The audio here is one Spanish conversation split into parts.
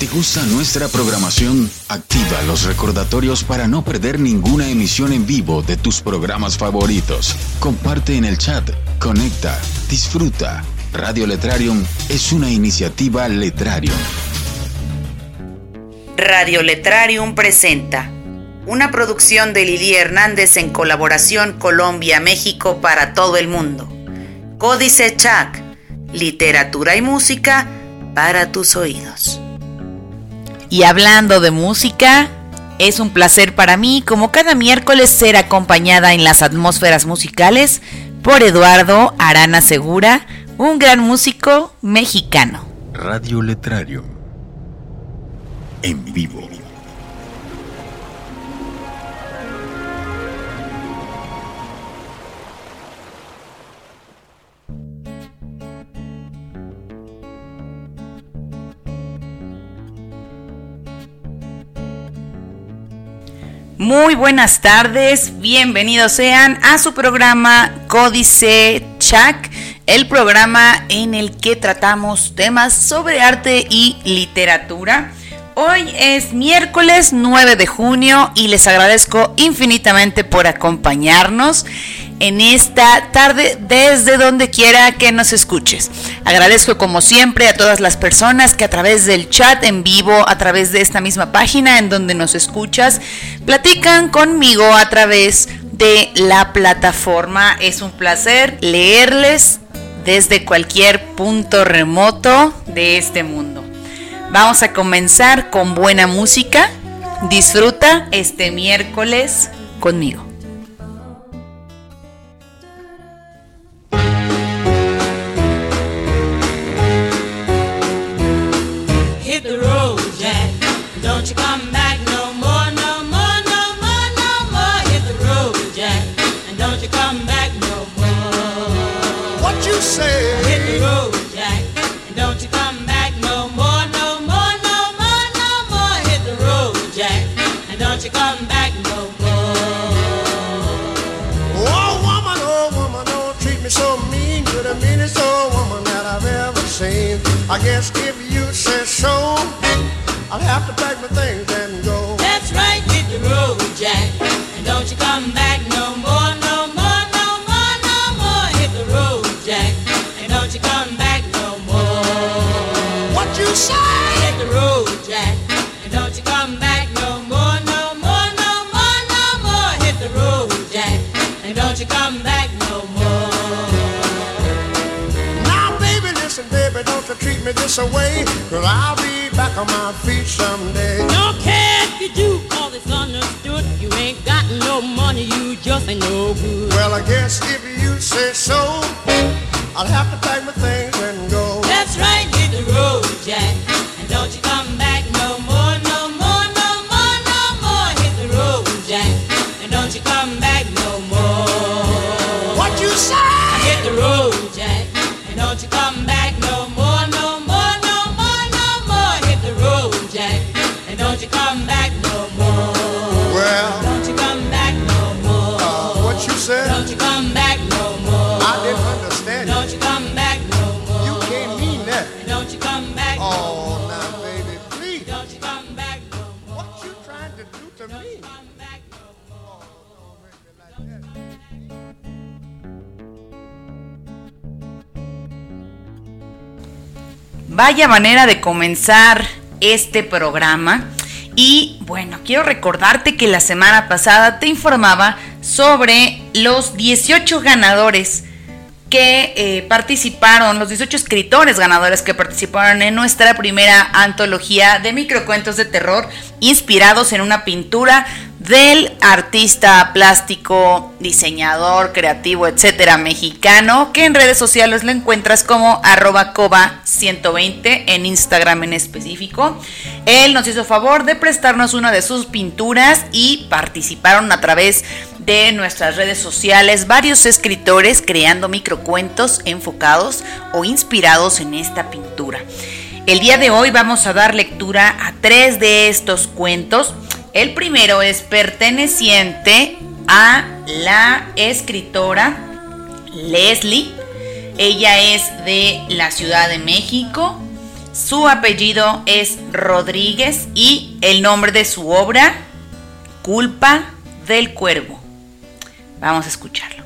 ¿Te gusta nuestra programación? Activa los recordatorios para no perder ninguna emisión en vivo de tus programas favoritos. Comparte en el chat, conecta, disfruta. Radio Letrarium es una iniciativa Letrarium. Radio Letrarium presenta una producción de Lili Hernández en colaboración Colombia-México para todo el mundo. Códice Chac, literatura y música para tus oídos. Y hablando de música, es un placer para mí, como cada miércoles, ser acompañada en las atmósferas musicales por Eduardo Arana Segura, un gran músico mexicano. Radio Letrarium en vivo. Muy buenas tardes, bienvenidos sean a su programa Códice Chac, el programa en el que tratamos temas sobre arte y literatura. Hoy es miércoles 9 de junio y les agradezco infinitamente por acompañarnos en esta tarde desde donde quiera que nos escuches. Agradezco como siempre a todas las personas que a través del chat en vivo, a través de esta misma página en donde nos escuchas, platican conmigo a través de la plataforma. Es un placer leerles desde cualquier punto remoto de este mundo. Vamos a comenzar con buena música. Disfruta este miércoles conmigo. Hit the road, Jack. Don't you come back no more, no more, no more, no more. Hit the road, Jack. And don't you come back no more. What you say? Hit the road, Jack. And don't you come back no more, no more, no more, no more. Hit the road, Jack. And don't you come back no more. Oh woman, don't treat me so mean. You're the meanest old woman that I've ever seen. I guess if you say so, I'll have to pack my things and go. That's right, hit the road, Jack. And don't you come back no more, no more, no more, no more. Hit the road, Jack. And don't you come back no more. What you say? Hit the road, Jack. And don't you come back no more, no more, no more, no more. Hit the road, Jack. And don't you come back no more. Now baby, listen baby, don't you treat me this away, 'cause I'll be back on my feet someday. Don't care if you do, all this understood. You ain't got no money, you just ain't no good. Well, I guess if you say so, I'll have to pack my things and go. That's right, hit the road, Jack. And don't you come back no more, no more, no more, no more. Hit the road, Jack. And don't you come back no more. What you say? Hit the road, Jack. And don't you come back no more, no more, no more, no more. Hit the road, Jack. And don't you come back no more. Well, Don't you come back no more. what you said? Don't you come back no more. I didn't understand Don't you come back no more. You can't mean that. And don't you come back no Oh, more. now baby, please. Don't you come back no more. What you trying to do to Don't me? you come back no more. Don't make me like that. Vaya manera de comenzar este programa. Y bueno, quiero recordarte que la semana pasada te informaba sobre los 18 ganadores que participaron, los 18 escritores ganadores que participaron en nuestra primera antología de microcuentos de terror inspirados en una pintura del artista plástico, diseñador, creativo, etcétera, mexicano, que en redes sociales lo encuentras como @coba120 en Instagram en específico. Él nos hizo favor de prestarnos una de sus pinturas y participaron a través de nuestras redes sociales varios escritores creando microcuentos enfocados o inspirados en esta pintura. El día de hoy vamos a dar lectura a 3 de estos cuentos. El primero es perteneciente a la escritora Leslie. Ella es de la Ciudad de México Su apellido es Rodríguez y el nombre de su obra, Culpa del Cuervo. Vamos a escucharlo.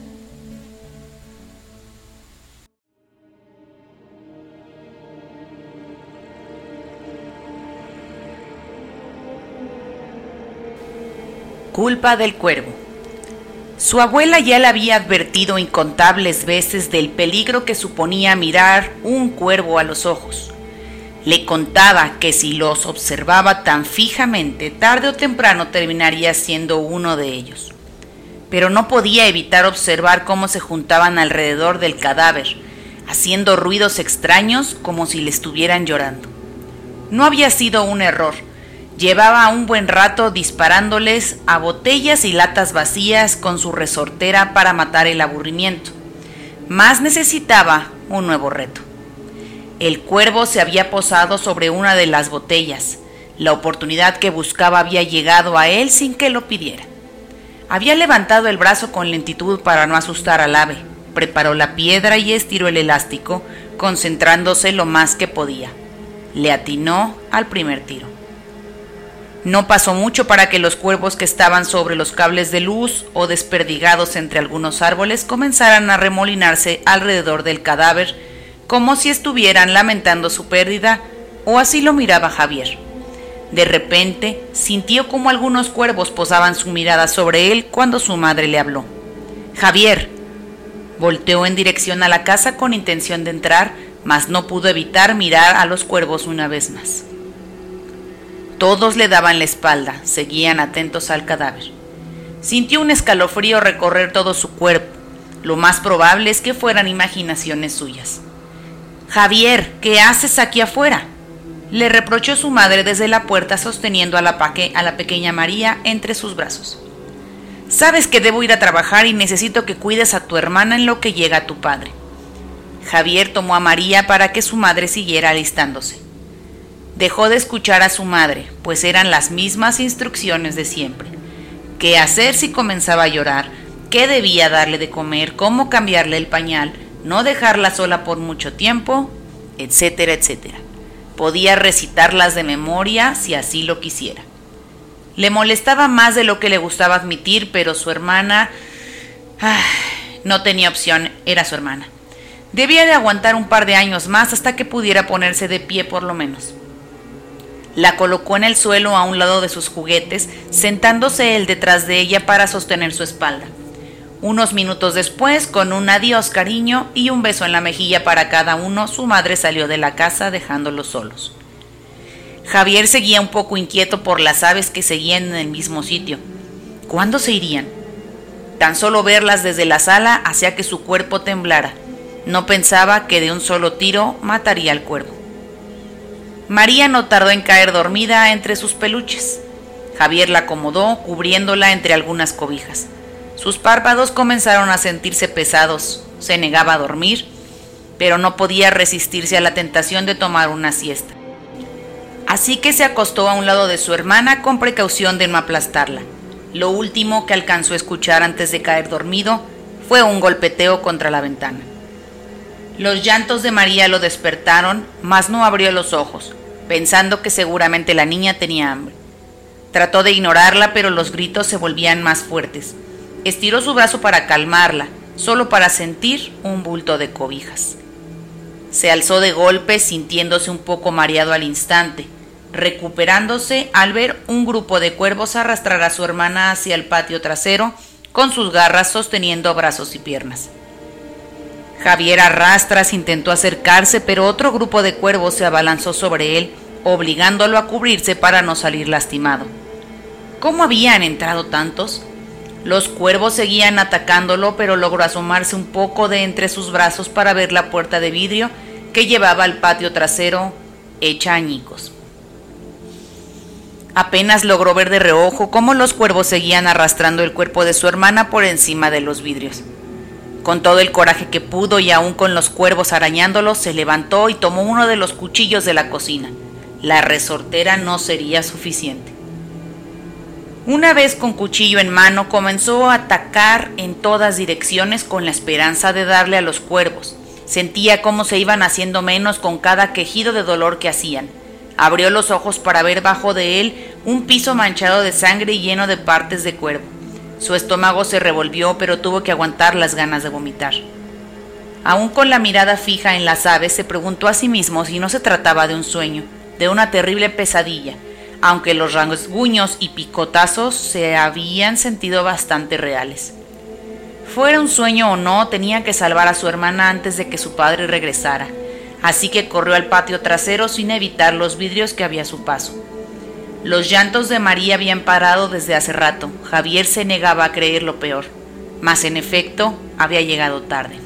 Culpa del Cuervo. Su abuela ya le había advertido incontables veces del peligro que suponía mirar un cuervo a los ojos. Le contaba que si los observaba tan fijamente, tarde o temprano terminaría siendo uno de ellos. Pero no podía evitar observar cómo se juntaban alrededor del cadáver, haciendo ruidos extraños como si le estuvieran llorando. No había sido un error. Llevaba un buen rato disparándoles a botellas y latas vacías con su resortera para matar el aburrimiento. Mas necesitaba un nuevo reto. El cuervo se había posado sobre una de las botellas. La oportunidad que buscaba había llegado a él sin que lo pidiera. Había levantado el brazo con lentitud para no asustar al ave. Preparó la piedra y estiró el elástico, concentrándose lo más que podía. Le atinó al primer tiro. No pasó mucho para que los cuervos que estaban sobre los cables de luz o desperdigados entre algunos árboles comenzaran a remolinarse alrededor del cadáver, como si estuvieran lamentando su pérdida, o así lo miraba Javier. De repente, sintió como algunos cuervos posaban su mirada sobre él cuando su madre le habló. «Javier». Volteó en dirección a la casa con intención de entrar, mas no pudo evitar mirar a los cuervos una vez más. Todos le daban la espalda, seguían atentos al cadáver. Sintió un escalofrío recorrer todo su cuerpo. Lo más probable es que fueran imaginaciones suyas. «Javier, ¿qué haces aquí afuera?», le reprochó su madre desde la puerta sosteniendo a la pequeña María entre sus brazos. «Sabes que debo ir a trabajar y necesito que cuides a tu hermana en lo que llega tu padre». Javier tomó a María para que su madre siguiera alistándose. Dejó de escuchar a su madre, pues eran las mismas instrucciones de siempre. ¿Qué hacer si comenzaba a llorar? ¿Qué debía darle de comer? ¿Cómo cambiarle el pañal? ¿No dejarla sola por mucho tiempo? Etcétera, etcétera. Podía recitarlas de memoria si así lo quisiera. Le molestaba más de lo que le gustaba admitir, pero su hermana... no tenía opción, era su hermana. Debía de aguantar un par de años más hasta que pudiera ponerse de pie por lo menos. La colocó en el suelo a un lado de sus juguetes, sentándose él detrás de ella para sostener su espalda. Unos minutos después, con un adiós cariño y un beso en la mejilla para cada uno, su madre salió de la casa dejándolos solos. Javier seguía un poco inquieto por las aves que seguían en el mismo sitio. ¿Cuándo se irían? Tan solo verlas desde la sala hacía que su cuerpo temblara. No pensaba que de un solo tiro mataría al cuervo. María no tardó en caer dormida entre sus peluches. Javier la acomodó, cubriéndola entre algunas cobijas. Sus párpados comenzaron a sentirse pesados. Se negaba a dormir, pero no podía resistirse a la tentación de tomar una siesta. Así que se acostó a un lado de su hermana con precaución de no aplastarla. Lo último que alcanzó a escuchar antes de caer dormido fue un golpeteo contra la ventana. Los llantos de María lo despertaron, mas no abrió los ojos, pensando que seguramente la niña tenía hambre. Trató de ignorarla, pero los gritos se volvían más fuertes. Estiró su brazo para calmarla, solo para sentir un bulto de cobijas. Se alzó de golpe, sintiéndose un poco mareado al instante, recuperándose al ver un grupo de cuervos arrastrar a su hermana hacia el patio trasero, con sus garras sosteniendo brazos y piernas. Javier a rastras intentó acercarse, pero otro grupo de cuervos se abalanzó sobre él, obligándolo a cubrirse para no salir lastimado. ¿Cómo habían entrado tantos? Los cuervos seguían atacándolo, pero logró asomarse un poco de entre sus brazos para ver la puerta de vidrio que llevaba al patio trasero hecha añicos. Apenas logró ver de reojo cómo los cuervos seguían arrastrando el cuerpo de su hermana por encima de los vidrios. Con todo el coraje que pudo y aún con los cuervos arañándolo, se levantó y tomó uno de los cuchillos de la cocina. La resortera no sería suficiente. Una vez con cuchillo en mano, comenzó a atacar en todas direcciones con la esperanza de darle a los cuervos, Sentía cómo se iban haciendo menos con cada quejido de dolor que hacían. Abrió los ojos para ver bajo de él un piso manchado de sangre y lleno de partes de cuervo. Su estómago se revolvió, pero tuvo que aguantar las ganas de vomitar. Aún con la mirada fija en las aves, se preguntó a sí mismo si no se trataba de un sueño, de una terrible pesadilla, aunque los rasguños y picotazos se habían sentido bastante reales. Fuera un sueño o no, tenía que salvar a su hermana antes de que su padre regresara, así que corrió al patio trasero sin evitar los vidrios que había a su paso. Los llantos de María habían parado desde hace rato. Javier se negaba a creer lo peor, mas en efecto había llegado tarde.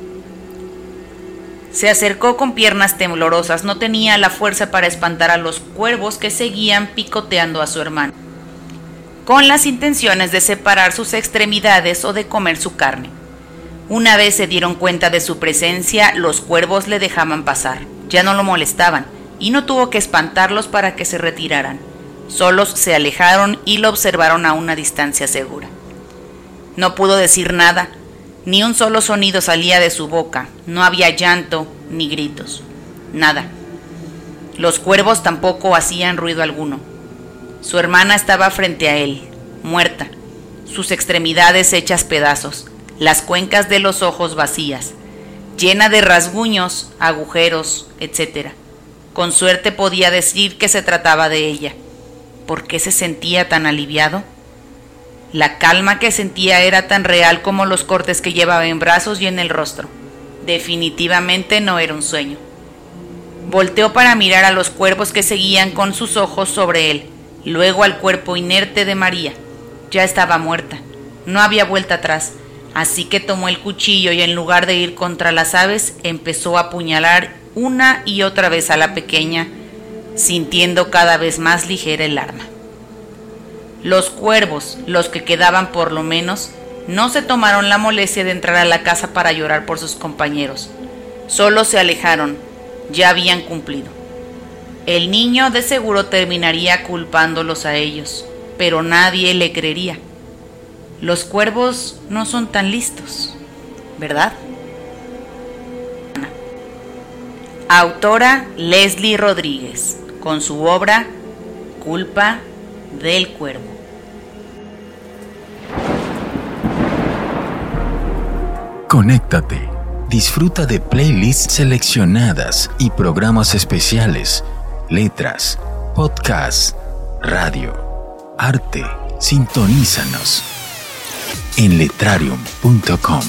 Se acercó con piernas temblorosas, no tenía la fuerza para espantar a los cuervos que seguían picoteando a su hermano, con las intenciones de separar sus extremidades o de comer su carne. Una vez se dieron cuenta de su presencia, los cuervos le dejaban pasar, ya no lo molestaban, y no tuvo que espantarlos para que se retiraran. Solos se alejaron y lo observaron a una distancia segura. No pudo decir nada, ni un solo sonido salía de su boca, no había llanto ni gritos, nada. Los cuervos tampoco hacían ruido alguno. Su hermana estaba frente a él, muerta, sus extremidades hechas pedazos, las cuencas de los ojos vacías, llena de rasguños, agujeros, etc. Con suerte podía decir que se trataba de ella. ¿Por qué se sentía tan aliviado? La calma que sentía era tan real como los cortes que llevaba en brazos y en el rostro. Definitivamente no era un sueño. Volteó para mirar a los cuervos que seguían con sus ojos sobre él, luego al cuerpo inerte de María. Ya estaba muerta, no había vuelta atrás, así que tomó el cuchillo y en lugar de ir contra las aves, empezó a apuñalar una y otra vez a la pequeña, sintiendo cada vez más ligera el arma. Los cuervos, los que quedaban por lo menos, no se tomaron la molestia de entrar a la casa para llorar por sus compañeros. Solo se alejaron, ya habían cumplido. El niño de seguro terminaría culpándolos a ellos, pero nadie le creería. Los cuervos no son tan listos, ¿verdad? Autora Leslie Rodríguez, con su obra Culpa del Cuervo. Conéctate. Disfruta de playlists seleccionadas y programas especiales, letras, podcasts, radio, arte. Sintonízanos en letrarium.com.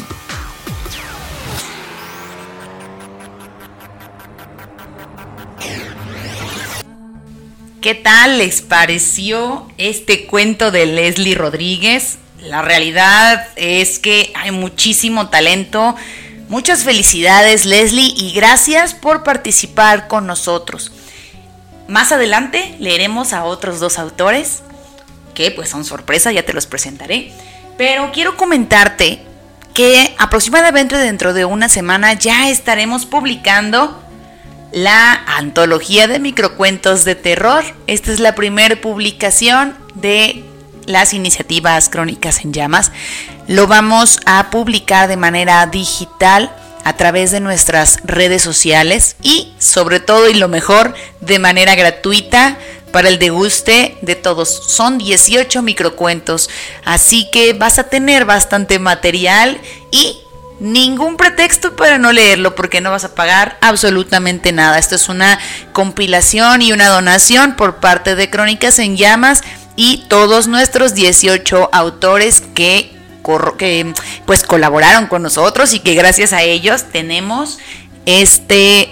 ¿Qué tal les pareció este cuento de Leslie Rodríguez? La realidad es que hay muchísimo talento. Muchas felicidades, Leslie, y gracias por participar con nosotros. Más adelante leeremos a otros dos autores que pues son sorpresa, ya te los presentaré. Pero quiero comentarte que aproximadamente dentro de una semana ya estaremos publicando la antología de microcuentos de terror. Esta es la primera publicación de las iniciativas Crónicas en Llamas. Lo vamos a publicar de manera digital a través de nuestras redes sociales y sobre todo y lo mejor de manera gratuita para el deguste de todos. Son 18 microcuentos, así que vas a tener bastante material y ningún pretexto para no leerlo porque no vas a pagar absolutamente nada. Esto es una compilación y una donación por parte de Crónicas en Llamas y todos nuestros 18 autores que pues colaboraron con nosotros y que gracias a ellos tenemos este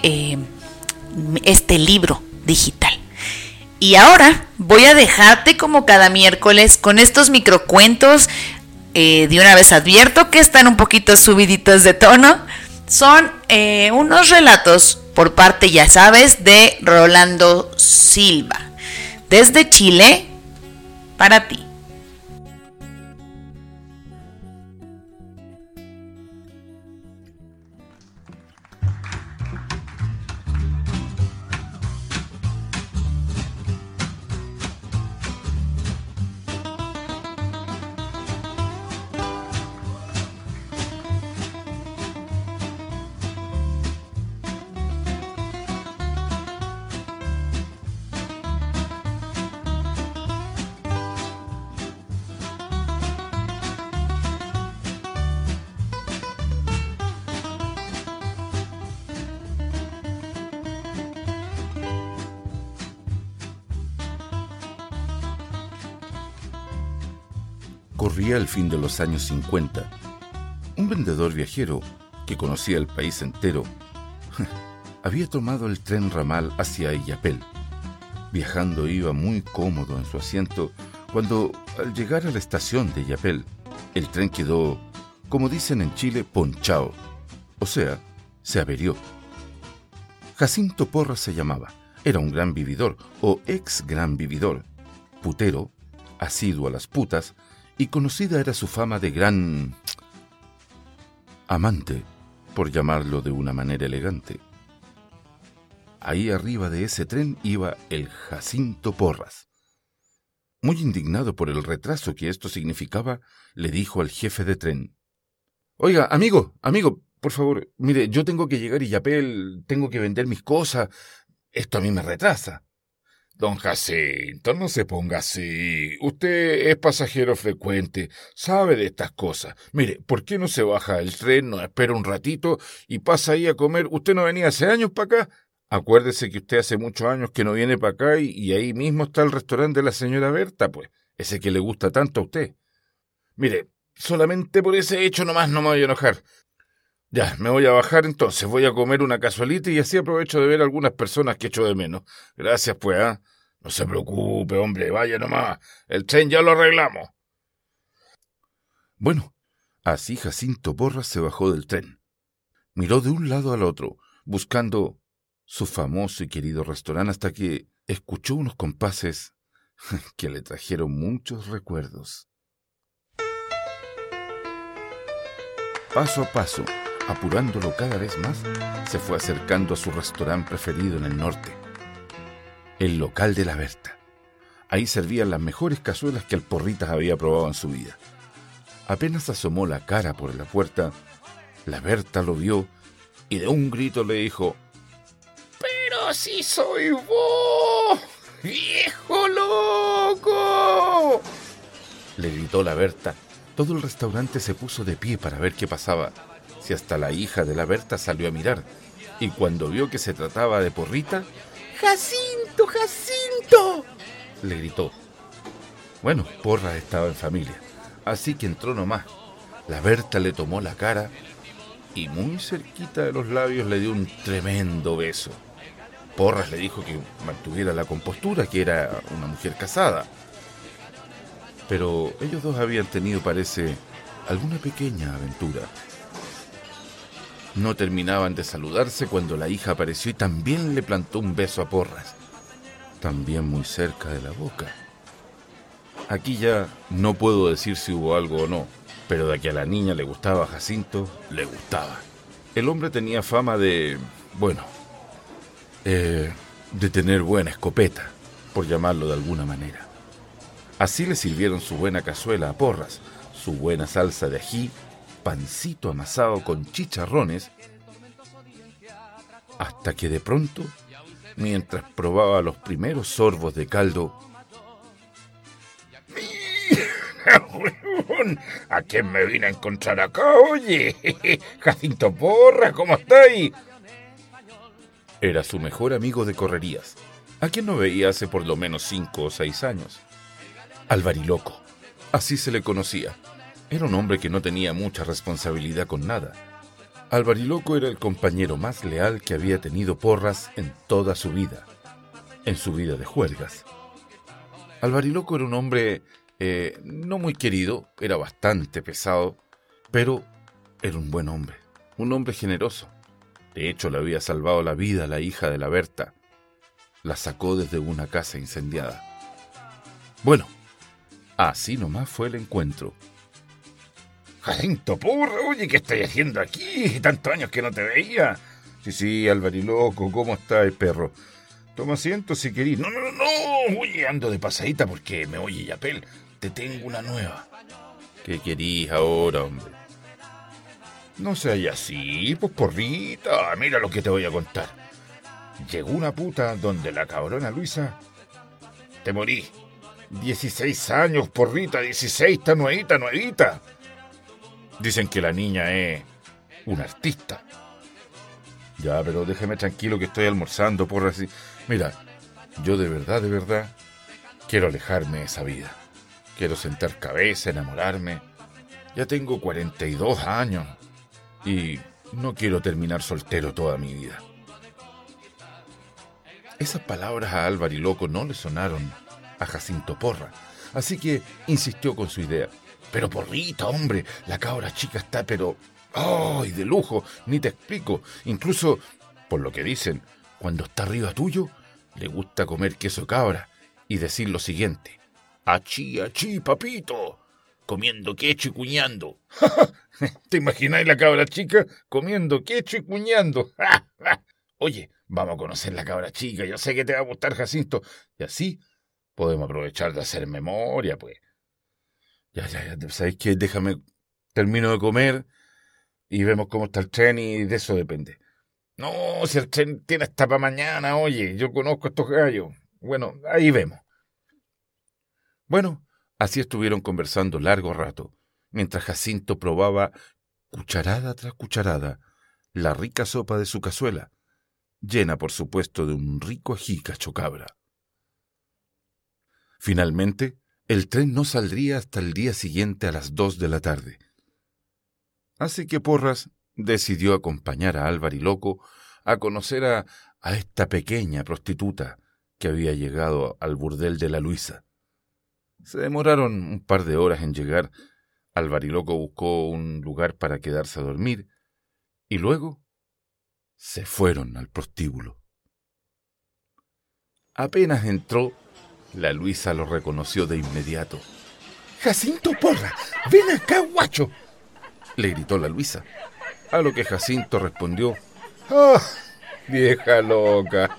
libro digital. Y ahora voy a dejarte como cada miércoles con estos microcuentos. De una vez advierto que están un poquito subiditos de tono. Son unos relatos por parte, ya sabes, de Rolando Silva. Desde Chile, para ti. corría el fin de los años 50. Un vendedor viajero que conocía el país entero había tomado el tren ramal hacia Illapel. Viajando iba muy cómodo en su asiento cuando, al llegar a la estación de Illapel, el tren quedó, como dicen en Chile, ponchado, o sea, se averió. Jacinto Porras se llamaba. Era un gran vividor, o ex gran vividor, putero, asiduo a las putas, y conocida era su fama de gran amante, por llamarlo de una manera elegante. Ahí arriba de ese tren iba el Jacinto Porras. Muy indignado por el retraso que esto significaba, le dijo al jefe de tren: «Oiga, amigo, por favor, mire, yo tengo que llegar a Illapel, tengo que vender mis cosas, esto a mí me retrasa». «Don Jacinto, no se ponga así. Usted es pasajero frecuente, sabe de estas cosas. Mire, ¿por qué no se baja el tren, nos espera un ratito y pasa ahí a comer? ¿Usted no venía hace años para acá? Acuérdese que usted hace muchos años que no viene para acá y ahí mismo está el restaurante de la señora Berta, pues, ese que le gusta tanto a usted. Mire, solamente por ese hecho nomás no me voy a enojar. Ya, me voy a bajar entonces, voy a comer una casualita y así aprovecho de ver a algunas personas que echo de menos. Gracias, pues, ¿ah? No se preocupe, hombre, vaya nomás, el tren ya lo arreglamos». Bueno, así Jacinto Porras se bajó del tren. Miró de un lado al otro, buscando su famoso y querido restaurante, hasta que escuchó unos compases que le trajeron muchos recuerdos. Paso a paso, apurándolo cada vez más, se fue acercando a su restaurante preferido en el norte, el local de la Berta. Ahí servían las mejores cazuelas que el Porritas había probado en su vida. Apenas asomó la cara por la puerta, la Berta lo vio y de un grito le dijo: «¡Pero si soy vos, viejo loco!». Le gritó la Berta. Todo el restaurante se puso de pie para ver qué pasaba. Si hasta la hija de la Berta salió a mirar, y cuando vio que se trataba de Porrita: «¡Jacinto, Jacinto!», le gritó. Bueno, Porras estaba en familia, así que entró nomás. La Berta le tomó la cara y muy cerquita de los labios le dio un tremendo beso. Porras le dijo que mantuviera la compostura, que era una mujer casada. Pero ellos dos habían tenido, parece, alguna pequeña aventura. No terminaban de saludarse cuando la hija apareció y también le plantó un beso a Porras, también muy cerca de la boca. Aquí ya no puedo decir si hubo algo o no, pero de que a la niña le gustaba a Jacinto, le gustaba. El hombre tenía fama de, de tener buena escopeta, por llamarlo de alguna manera. Así le sirvieron su buena cazuela a Porras, su buena salsa de ají, pancito amasado con chicharrones, hasta que de pronto, mientras probaba los primeros sorbos de caldo: «¿A quién me vine a encontrar acá, oye? Jacinto Porras, ¿cómo estáis?». Era su mejor amigo de correrías, a quien no veía hace por lo menos 5 o 6 años. Albariloco, así se le conocía. Era un hombre que no tenía mucha responsabilidad con nada. Albariloco era el compañero más leal que había tenido Porras en toda su vida, en su vida de juergas. Albariloco era un hombre no muy querido, era bastante pesado, pero era un buen hombre, un hombre generoso. De hecho, le había salvado la vida a la hija de la Berta. La sacó desde una casa incendiada. Bueno, así nomás fue el encuentro. «Jacinto Porras, oye, ¿qué estás haciendo aquí? Tantos años que no te veía». Sí, Albariloco, ¿cómo estás, perro? Toma asiento si querís». No, oye, ando de pasadita porque me voy a Illapel. Te tengo una nueva». «¿Qué querís ahora, hombre?». «No seas así, pues, Porrita, mira lo que te voy a contar. Llegó una puta donde la cabrona Luisa. Te morí. 16 años, Porrita, 16, está nuevita. Dicen que la niña es una artista». «Ya, pero déjame tranquilo que estoy almorzando, Porras. Mira, yo de verdad, quiero alejarme de esa vida. quiero sentar cabeza, enamorarme. Ya tengo 42 años y no quiero terminar soltero toda mi vida. Esas palabras a Alvariloco no le sonaron a Jacinto Porra, así que insistió con su idea. Pero Porrita, hombre, la cabra chica está pero... ¡ay, de lujo! Ni te explico. Incluso, por lo que dicen, cuando está arriba tuyo, le gusta comer queso cabra y decir lo siguiente: achí, achí, papito, comiendo quecho y cuñando. ¿Te imagináis la cabra chica comiendo quecho y cuñando? Oye, vamos a conocer la cabra chica, yo sé que te va a gustar, Jacinto, y así podemos aprovechar de hacer memoria, pues. Ya, ¿sabéis qué? Déjame, termino de comer y vemos cómo está el tren y de eso depende. No, si el tren tiene hasta para mañana, oye, yo conozco a estos gallos. Bueno, ahí vemos. Bueno, así estuvieron conversando largo rato, mientras Jacinto probaba, cucharada tras cucharada, la rica sopa de su cazuela, llena por supuesto de un rico ají cachocabra. Finalmente, el tren no saldría hasta el día siguiente a las 2 de la tarde. Así que Porras decidió acompañar a Alvariloco a conocer a esta pequeña prostituta que había llegado al burdel de la Luisa. Se demoraron un par de horas en llegar. Alvariloco buscó un lugar para quedarse a dormir y luego se fueron al prostíbulo. Apenas entró, la Luisa lo reconoció de inmediato. «¡Jacinto Porra! ¡Ven acá, guacho!», le gritó la Luisa, a lo que Jacinto respondió: «¡Ah, vieja loca!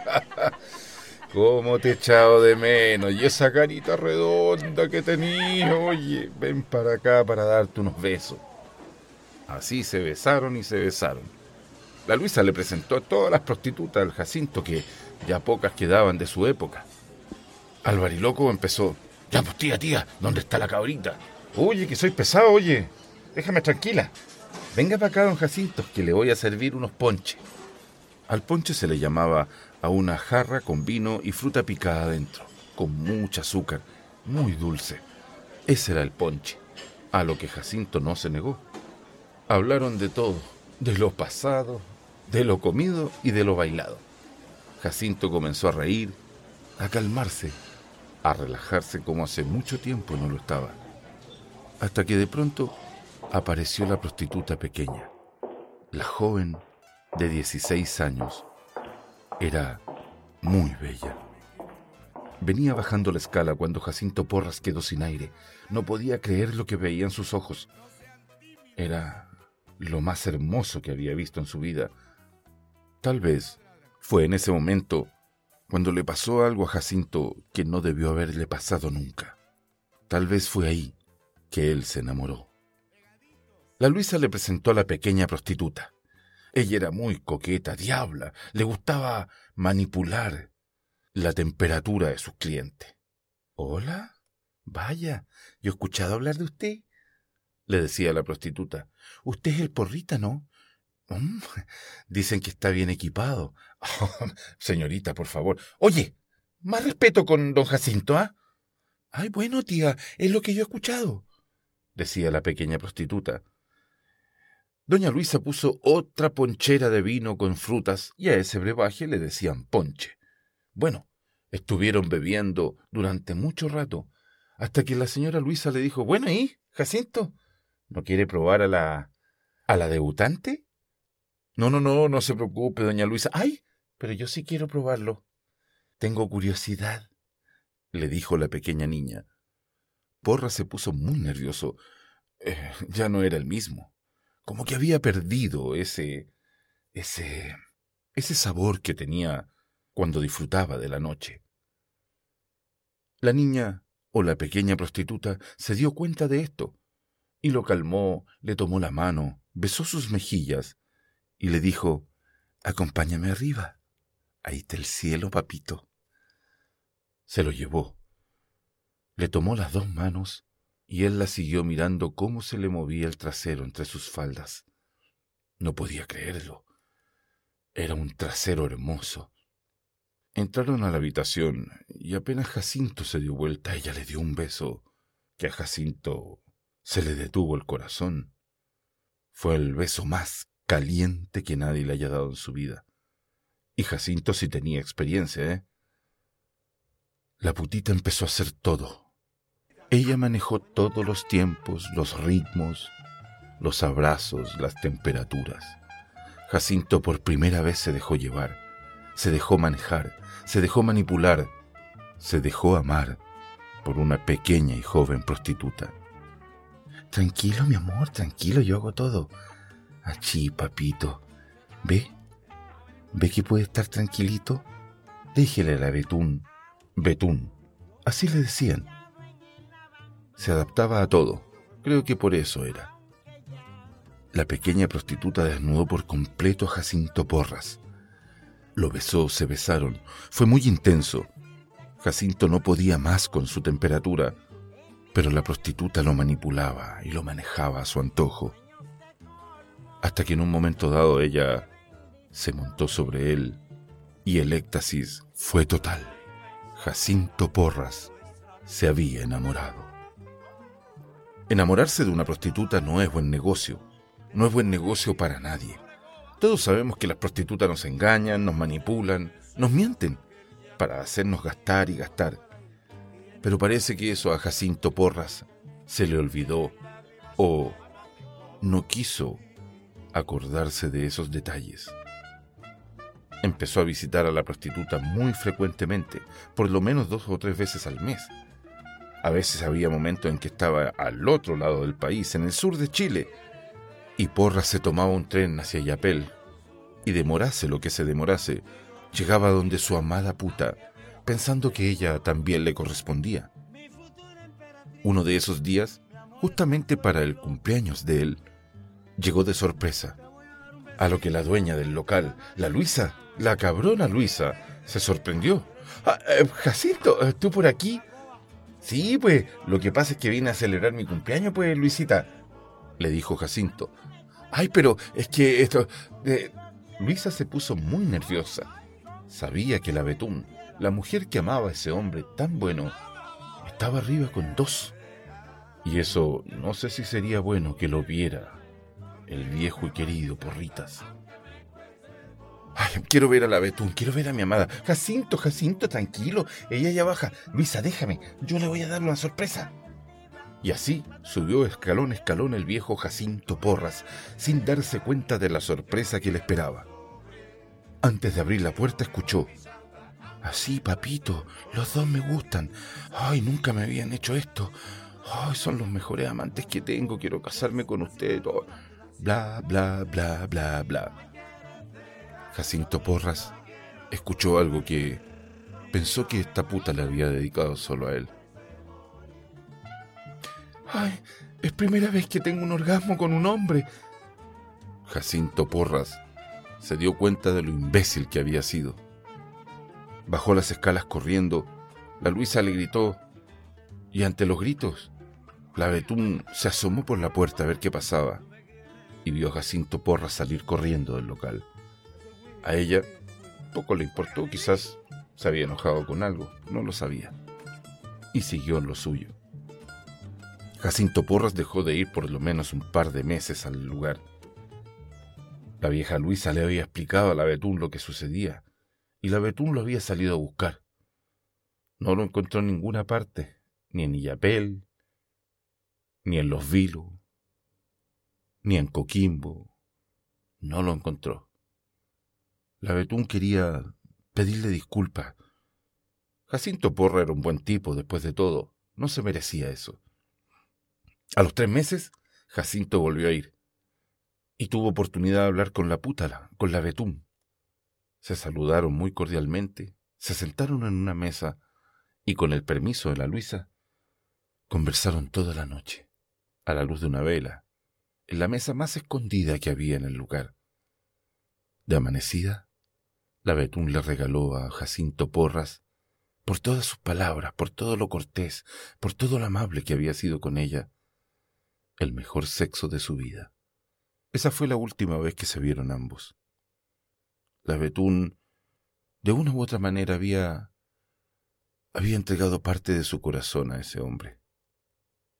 ¿Cómo te he echado de menos? Y esa carita redonda que tenías, oye, ven para acá para darte unos besos». Así se besaron y se besaron. La Luisa le presentó a todas las prostitutas al Jacinto, que ya pocas quedaban de su época. Alvariloco empezó: «Ya, pues tía, ¿dónde está la cabrita? Oye, que soy pesado, oye, déjame tranquila. Venga para acá, don Jacinto, que le voy a servir unos ponches». Al ponche se le llamaba a una jarra con vino y fruta picada adentro, con mucho azúcar, muy dulce. Ese era el ponche, a lo que Jacinto no se negó. Hablaron de todo, de lo pasado, de lo comido y de lo bailado. Jacinto comenzó a reír, a calmarse, a relajarse como hace mucho tiempo no lo estaba. Hasta que de pronto apareció la prostituta pequeña, la joven de 16 años. Era muy bella. Venía bajando la escala cuando Jacinto Porras quedó sin aire. No podía creer lo que veía en sus ojos. Era lo más hermoso que había visto en su vida. Tal vez fue en ese momento cuando le pasó algo a Jacinto que no debió haberle pasado nunca. Tal vez fue ahí que él se enamoró. La Luisa le presentó a la pequeña prostituta. Ella era muy coqueta, diabla, le gustaba manipular la temperatura de sus clientes. «Hola, vaya, yo he escuchado hablar de usted», le decía la prostituta. «Usted es el Porrita, ¿no? Dicen que está bien equipado». «Oh, señorita, por favor. Oye, más respeto con don Jacinto, ¿ah?» «Ay, bueno, tía, es lo que yo he escuchado», decía la pequeña prostituta. Doña Luisa puso otra ponchera de vino con frutas y a ese brebaje le decían ponche. Bueno, estuvieron bebiendo durante mucho rato, hasta que la señora Luisa le dijo: «Bueno, ¿y, Jacinto? ¿No quiere probar a la debutante?» No se preocupe, doña Luisa». «Ay, pero yo sí quiero probarlo. Tengo curiosidad», le dijo la pequeña niña. Porra se puso muy nervioso. Ya no era el mismo. Como que había perdido ese sabor que tenía cuando disfrutaba de la noche. La niña o la pequeña prostituta se dio cuenta de esto y lo calmó, le tomó la mano, besó sus mejillas y le dijo: «Acompáñame arriba. Ahí está el cielo, papito». Se lo llevó. Le tomó las dos manos y él la siguió mirando cómo se le movía el trasero entre sus faldas. No podía creerlo. Era un trasero hermoso. Entraron a la habitación y apenas Jacinto se dio vuelta, ella le dio un beso que a Jacinto se le detuvo el corazón fue el beso más caliente que nadie le haya dado en su vida. Y Jacinto sí tenía experiencia, ¿eh? La putita empezó a hacer todo. Ella manejó todos los tiempos, los ritmos, los abrazos, las temperaturas. Jacinto por primera vez se dejó llevar, se dejó manejar, se dejó manipular, se dejó amar por una pequeña y joven prostituta. Tranquilo, mi amor, tranquilo, yo hago todo. Achí, papito. ¿Ve? ¿Ve que puede estar tranquilito? Déjele a la Betún. Betún. Así le decían. Se adaptaba a todo. Creo que por eso era. La pequeña prostituta desnudó por completo a Jacinto Porras. Lo besó, se besaron. Fue muy intenso. Jacinto no podía más con su temperatura, pero la prostituta lo manipulaba y lo manejaba a su antojo. Hasta que en un momento dado ella se montó sobre él y el éxtasis fue total. Jacinto Porras se había enamorado. Enamorarse de una prostituta no es buen negocio. No es buen negocio para nadie. Todos sabemos que las prostitutas nos engañan, nos manipulan, nos mienten para hacernos gastar y gastar. Pero parece que eso a Jacinto Porras se le olvidó o no quiso acordarse de esos detalles. Empezó a visitar a la prostituta muy frecuentemente, por lo menos 2 o 3 veces al mes. A veces había momentos en que estaba al otro lado del país, en el sur de Chile, y Porras se tomaba un tren hacia Yapel, y demorase lo que se demorase, llegaba donde su amada puta, pensando que ella también le correspondía. Uno de esos días, justamente para el cumpleaños de él, llegó de sorpresa, a lo que la dueña del local, la Luisa, la cabrona Luisa, se sorprendió. Jacinto, ¿tú por aquí? Sí, pues, lo que pasa es que vine a celebrar mi cumpleaños, pues, Luisita, le dijo Jacinto. Ay, pero es que esto... Luisa se puso muy nerviosa. Sabía que la Betún, la mujer que amaba a ese hombre tan bueno, estaba arriba con 2. Y eso no sé si sería bueno que lo viera el viejo y querido Porritas. Ay, quiero ver a la Betún, quiero ver a mi amada. Jacinto, tranquilo, ella ya baja. Luisa, déjame, yo le voy a dar una sorpresa. Y así subió escalón a escalón el viejo Jacinto Porras, sin darse cuenta de la sorpresa que le esperaba. Antes de abrir la puerta escuchó: así, papito, los 2 me gustan. Ay, nunca me habían hecho esto. Ay, son los mejores amantes que tengo, quiero casarme con usted. Oh, bla, bla, bla, bla, bla. Jacinto Porras escuchó algo que pensó que esta puta le había dedicado solo a él. Ay, es primera vez que tengo un orgasmo con un hombre. Jacinto Porras se dio cuenta de lo imbécil que había sido. Bajó las escalas corriendo. La Luisa le gritó, y ante los gritos, la Betún se asomó por la puerta a ver qué pasaba y vio a Jacinto Porras salir corriendo del local. A ella poco le importó, quizás se había enojado con algo, no lo sabía, y siguió en lo suyo. Jacinto Porras dejó de ir por lo menos un par de meses al lugar. La vieja Luisa le había explicado a la Betún lo que sucedía, y la Betún lo había salido a buscar. No lo encontró en ninguna parte, ni en Illapel, ni en Los Vilos, ni en Coquimbo. No lo encontró. La Betún quería pedirle disculpas. Jacinto Porra era un buen tipo, después de todo. No se merecía eso. A los 3 meses, Jacinto volvió a ir. Y tuvo oportunidad de hablar con la puta, con la Betún. Se saludaron muy cordialmente, se sentaron en una mesa y con el permiso de la Luisa, conversaron toda la noche, a la luz de una vela, en la mesa más escondida que había en el lugar. De amanecida, la Betún le regaló a Jacinto Porras, por todas sus palabras, por todo lo cortés, por todo lo amable que había sido con ella, el mejor sexo de su vida. Esa fue la última vez que se vieron ambos. La Betún, de una u otra manera, había entregado parte de su corazón a ese hombre.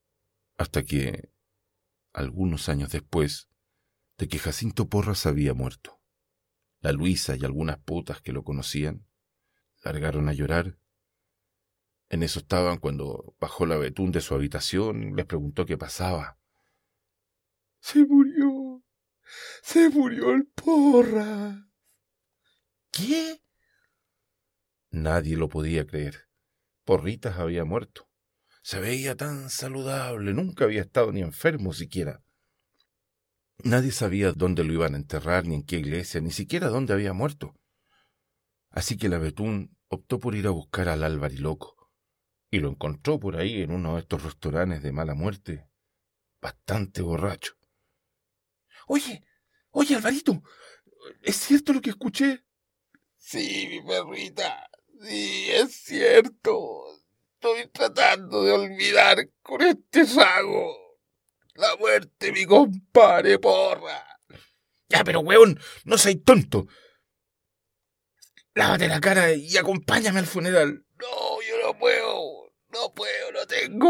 Hasta que, algunos años después de que Jacinto Porras había muerto, la Luisa y algunas putas que lo conocían largaron a llorar. En eso estaban cuando bajó la Betún de su habitación y les preguntó qué pasaba. ¡Se murió! ¡Se murió el Porras! ¿Qué? Nadie lo podía creer. Porritas había muerto. Se veía tan saludable, nunca había estado ni enfermo siquiera. Nadie sabía dónde lo iban a enterrar, ni en qué iglesia, ni siquiera dónde había muerto. Así que la Betún optó por ir a buscar al Albariloco, y lo encontró por ahí en uno de estos restaurantes de mala muerte, bastante borracho. Oye, Alvarito, ¿es cierto lo que escuché? Sí, mi perrita, sí, es cierto. Estoy tratando de olvidar con este trago la muerte de mi compadre Porra. Ya, pero weón, no seas tonto. Lávate la cara y acompáñame al funeral. No, yo no puedo, no tengo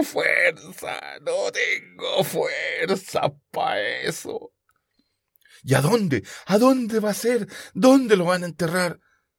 fuerza pa' eso. ¿Y a dónde? ¿A dónde va a ser? ¿Dónde lo van a enterrar?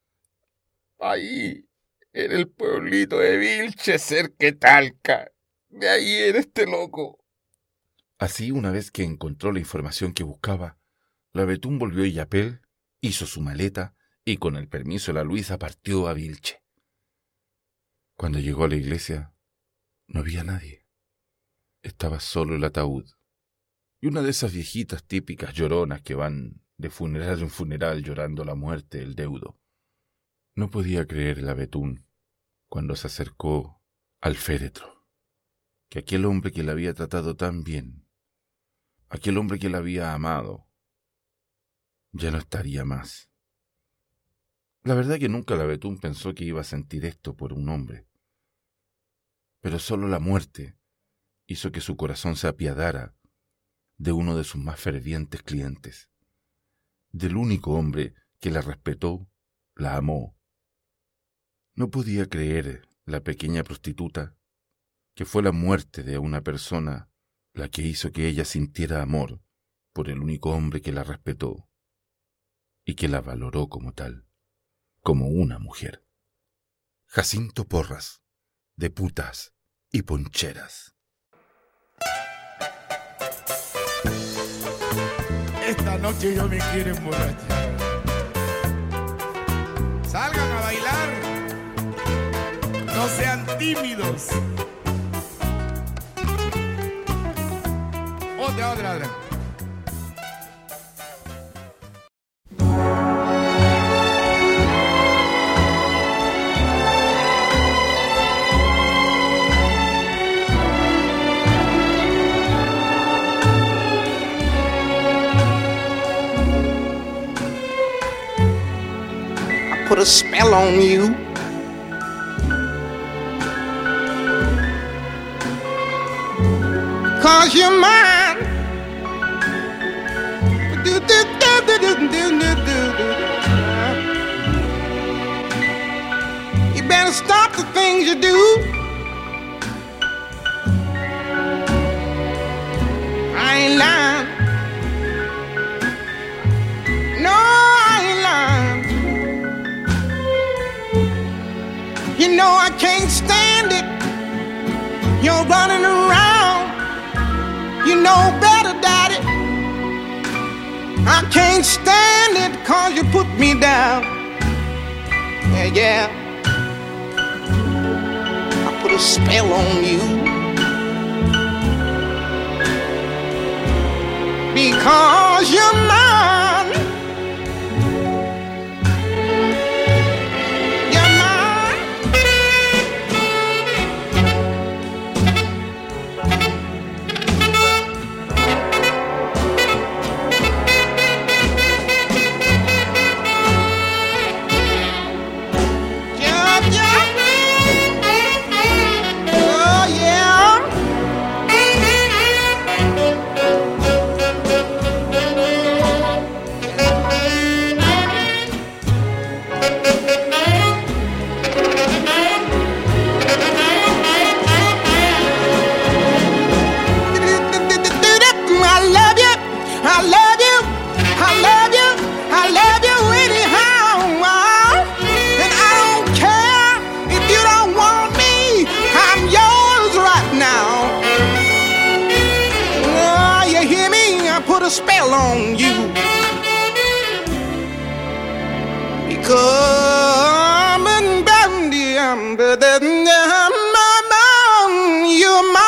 Ahí, en el pueblito de Vilche, cerca de Talca. De ahí era este loco. Así, una vez que encontró la información que buscaba, la Betún volvió a Illapel, hizo su maleta y con el permiso de la Luisa partió a Vilche. Cuando llegó a la iglesia, no había nadie. Estaba solo el ataúd y una de esas viejitas típicas lloronas que van de funeral en funeral llorando la muerte del deudo. No podía creer la Betún cuando se acercó al féretro, que aquel hombre que la había tratado tan bien, aquel hombre que la había amado, ya no estaría más. La verdad que nunca la Betún pensó que iba a sentir esto por un hombre, pero solo la muerte hizo que su corazón se apiadara de uno de sus más fervientes clientes, del único hombre que la respetó, la amó. No podía creer la pequeña prostituta que fue la muerte de una persona la que hizo que ella sintiera amor por el único hombre que la respetó y que la valoró como tal, como una mujer. Jacinto Porras, de putas y poncheras. Esta noche yo me quiero emborrachar. Salgan a bailar. No sean tímidos. Otra. I put a spell on you. Cause you're mine. You better stop the things you do. I ain't lying. No, I ain't lying. You know I can't stand it. You're running around. You know better, Daddy. I can't stand it 'cause you put me down. Yeah. I put a spell on you. Because you're mine. You're mine. spell on you. Coming back, you're mine.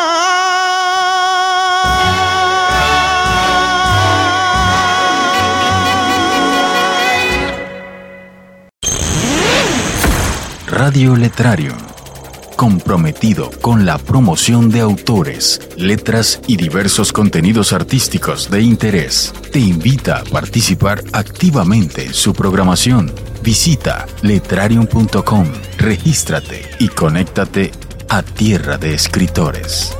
Radio Letrario, comprometido con la promoción de autores, letras y diversos contenidos artísticos de interés. Te invita a participar activamente en su programación. Visita letrarium.com, regístrate y conéctate a Tierra de Escritores.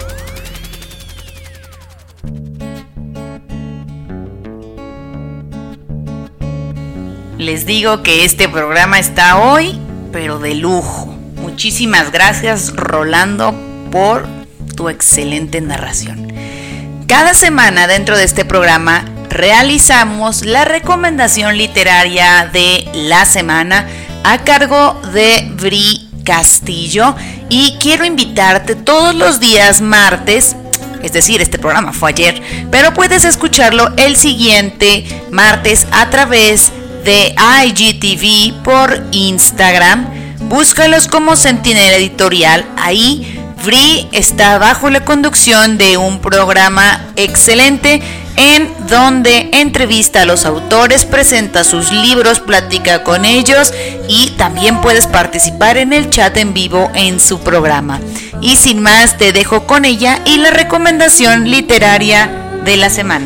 Les digo que este programa está hoy, pero de lujo. Muchísimas gracias, Rolando, por tu excelente narración. Cada semana dentro de este programa realizamos la recomendación literaria de la semana a cargo de Bri Castillo y quiero invitarte todos los días martes, es decir, este programa fue ayer, pero puedes escucharlo el siguiente martes a través de IGTV por Instagram. Búscalos como Centinela Editorial. Ahí Bri está bajo la conducción de un programa excelente en donde entrevista a los autores, presenta sus libros, platica con ellos y también puedes participar en el chat en vivo en su programa. Y sin más, te dejo con ella y la recomendación literaria de la semana.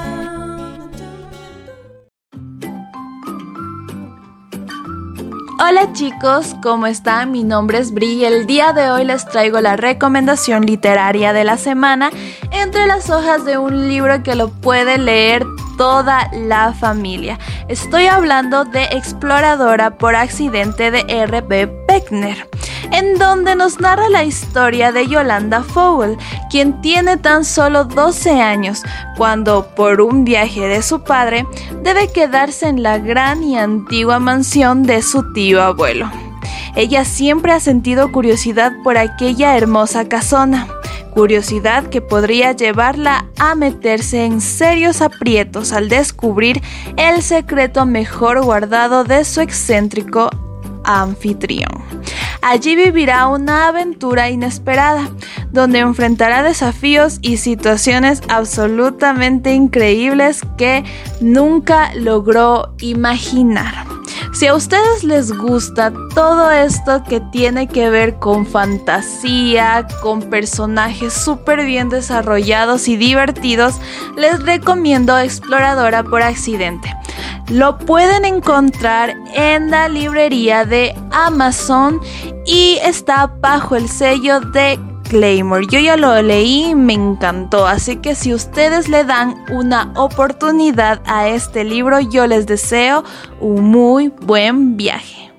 Hola chicos, ¿cómo están? Mi nombre es Bri y el día de hoy les traigo la recomendación literaria de la semana entre las hojas de un libro que lo puede leer toda la familia. Estoy hablando de Exploradora por accidente de R.B. Beckner, en donde nos narra la historia de Yolanda Fowle, quien tiene tan solo 12 años, cuando por un viaje de su padre debe quedarse en la gran y antigua mansión de su tío abuelo. Ella siempre ha sentido curiosidad por aquella hermosa casona, curiosidad que podría llevarla a meterse en serios aprietos al descubrir el secreto mejor guardado de su excéntrico anfitrión. Allí vivirá una aventura inesperada, donde enfrentará desafíos y situaciones absolutamente increíbles que nunca logró imaginar. Si a ustedes les gusta todo esto que tiene que ver con fantasía, con personajes súper bien desarrollados y divertidos, les recomiendo Exploradora por accidente. Lo pueden encontrar en la librería de Amazon y está bajo el sello de Claymore. Yo ya lo leí y me encantó, así que si ustedes le dan una oportunidad a este libro, yo les deseo un muy buen viaje.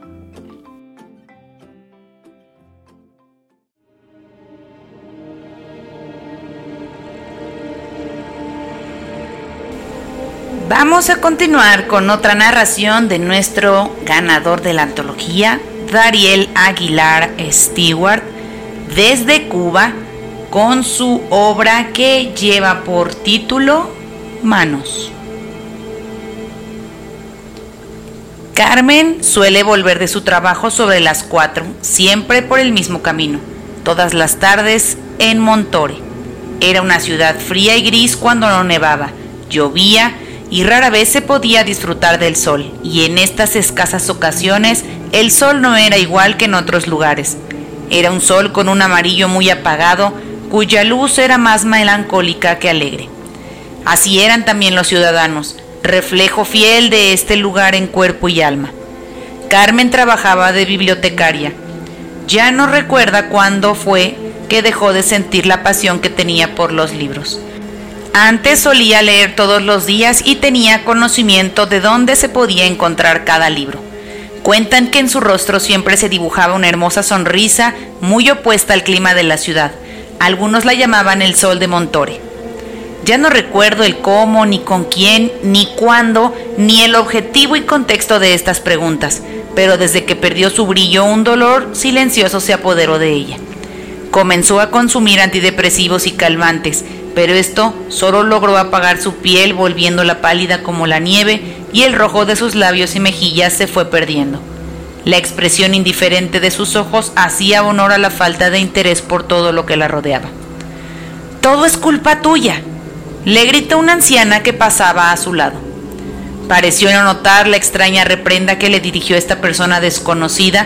Vamos a continuar con otra narración de nuestro ganador de la antología, Dariel Aguilar Stewart, desde Cuba, con su obra que lleva por título Manos. Carmen suele volver de su trabajo sobre las 4, siempre por el mismo camino, todas las tardes en Montore. Era una ciudad fría y gris cuando no nevaba, llovía y rara vez se podía disfrutar del sol, y en estas escasas ocasiones el sol no era igual que en otros lugares. Era un sol con un amarillo muy apagado, cuya luz era más melancólica que alegre. Así eran también los ciudadanos, reflejo fiel de este lugar en cuerpo y alma. Carmen trabajaba de bibliotecaria. Ya no recuerda cuándo fue que dejó de sentir la pasión que tenía por los libros. Antes solía leer todos los días y tenía conocimiento de dónde se podía encontrar cada libro. Cuentan que en su rostro siempre se dibujaba una hermosa sonrisa muy opuesta al clima de la ciudad. Algunos la llamaban el sol de Montore. Ya no recuerdo el cómo, ni con quién, ni cuándo, ni el objetivo y contexto de estas preguntas, pero desde que perdió su brillo, un dolor silencioso se apoderó de ella. Comenzó a consumir antidepresivos y calmantes, pero esto solo logró apagar su piel, volviéndola pálida como la nieve, y el rojo de sus labios y mejillas se fue perdiendo. La expresión indiferente de sus ojos hacía honor a la falta de interés por todo lo que la rodeaba. «Todo es culpa tuya», le gritó una anciana que pasaba a su lado. Pareció no notar la extraña reprenda que le dirigió esta persona desconocida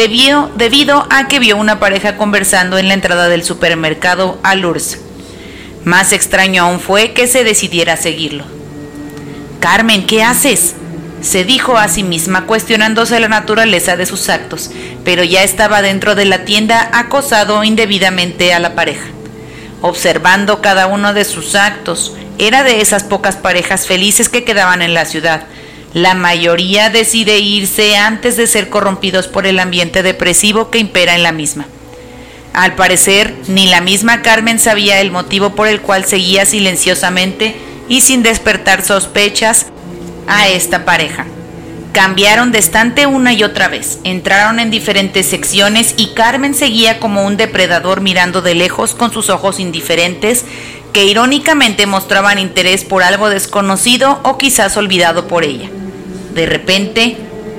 debido a que vio una pareja conversando en la entrada del supermercado al Lourdes. Más extraño aún fue que se decidiera a seguirlo. «Carmen, ¿qué haces?», se dijo a sí misma, cuestionándose la naturaleza de sus actos, pero ya estaba dentro de la tienda acosado indebidamente a la pareja. Observando cada uno de sus actos, era de esas pocas parejas felices que quedaban en la ciudad. La mayoría decide irse antes de ser corrompidos por el ambiente depresivo que impera en la misma. Al parecer, ni la misma Carmen sabía el motivo por el cual seguía silenciosamente y sin despertar sospechas a esta pareja. Cambiaron de estante una y otra vez, entraron en diferentes secciones y Carmen seguía como un depredador mirando de lejos con sus ojos indiferentes que irónicamente mostraban interés por algo desconocido o quizás olvidado por ella. De repente,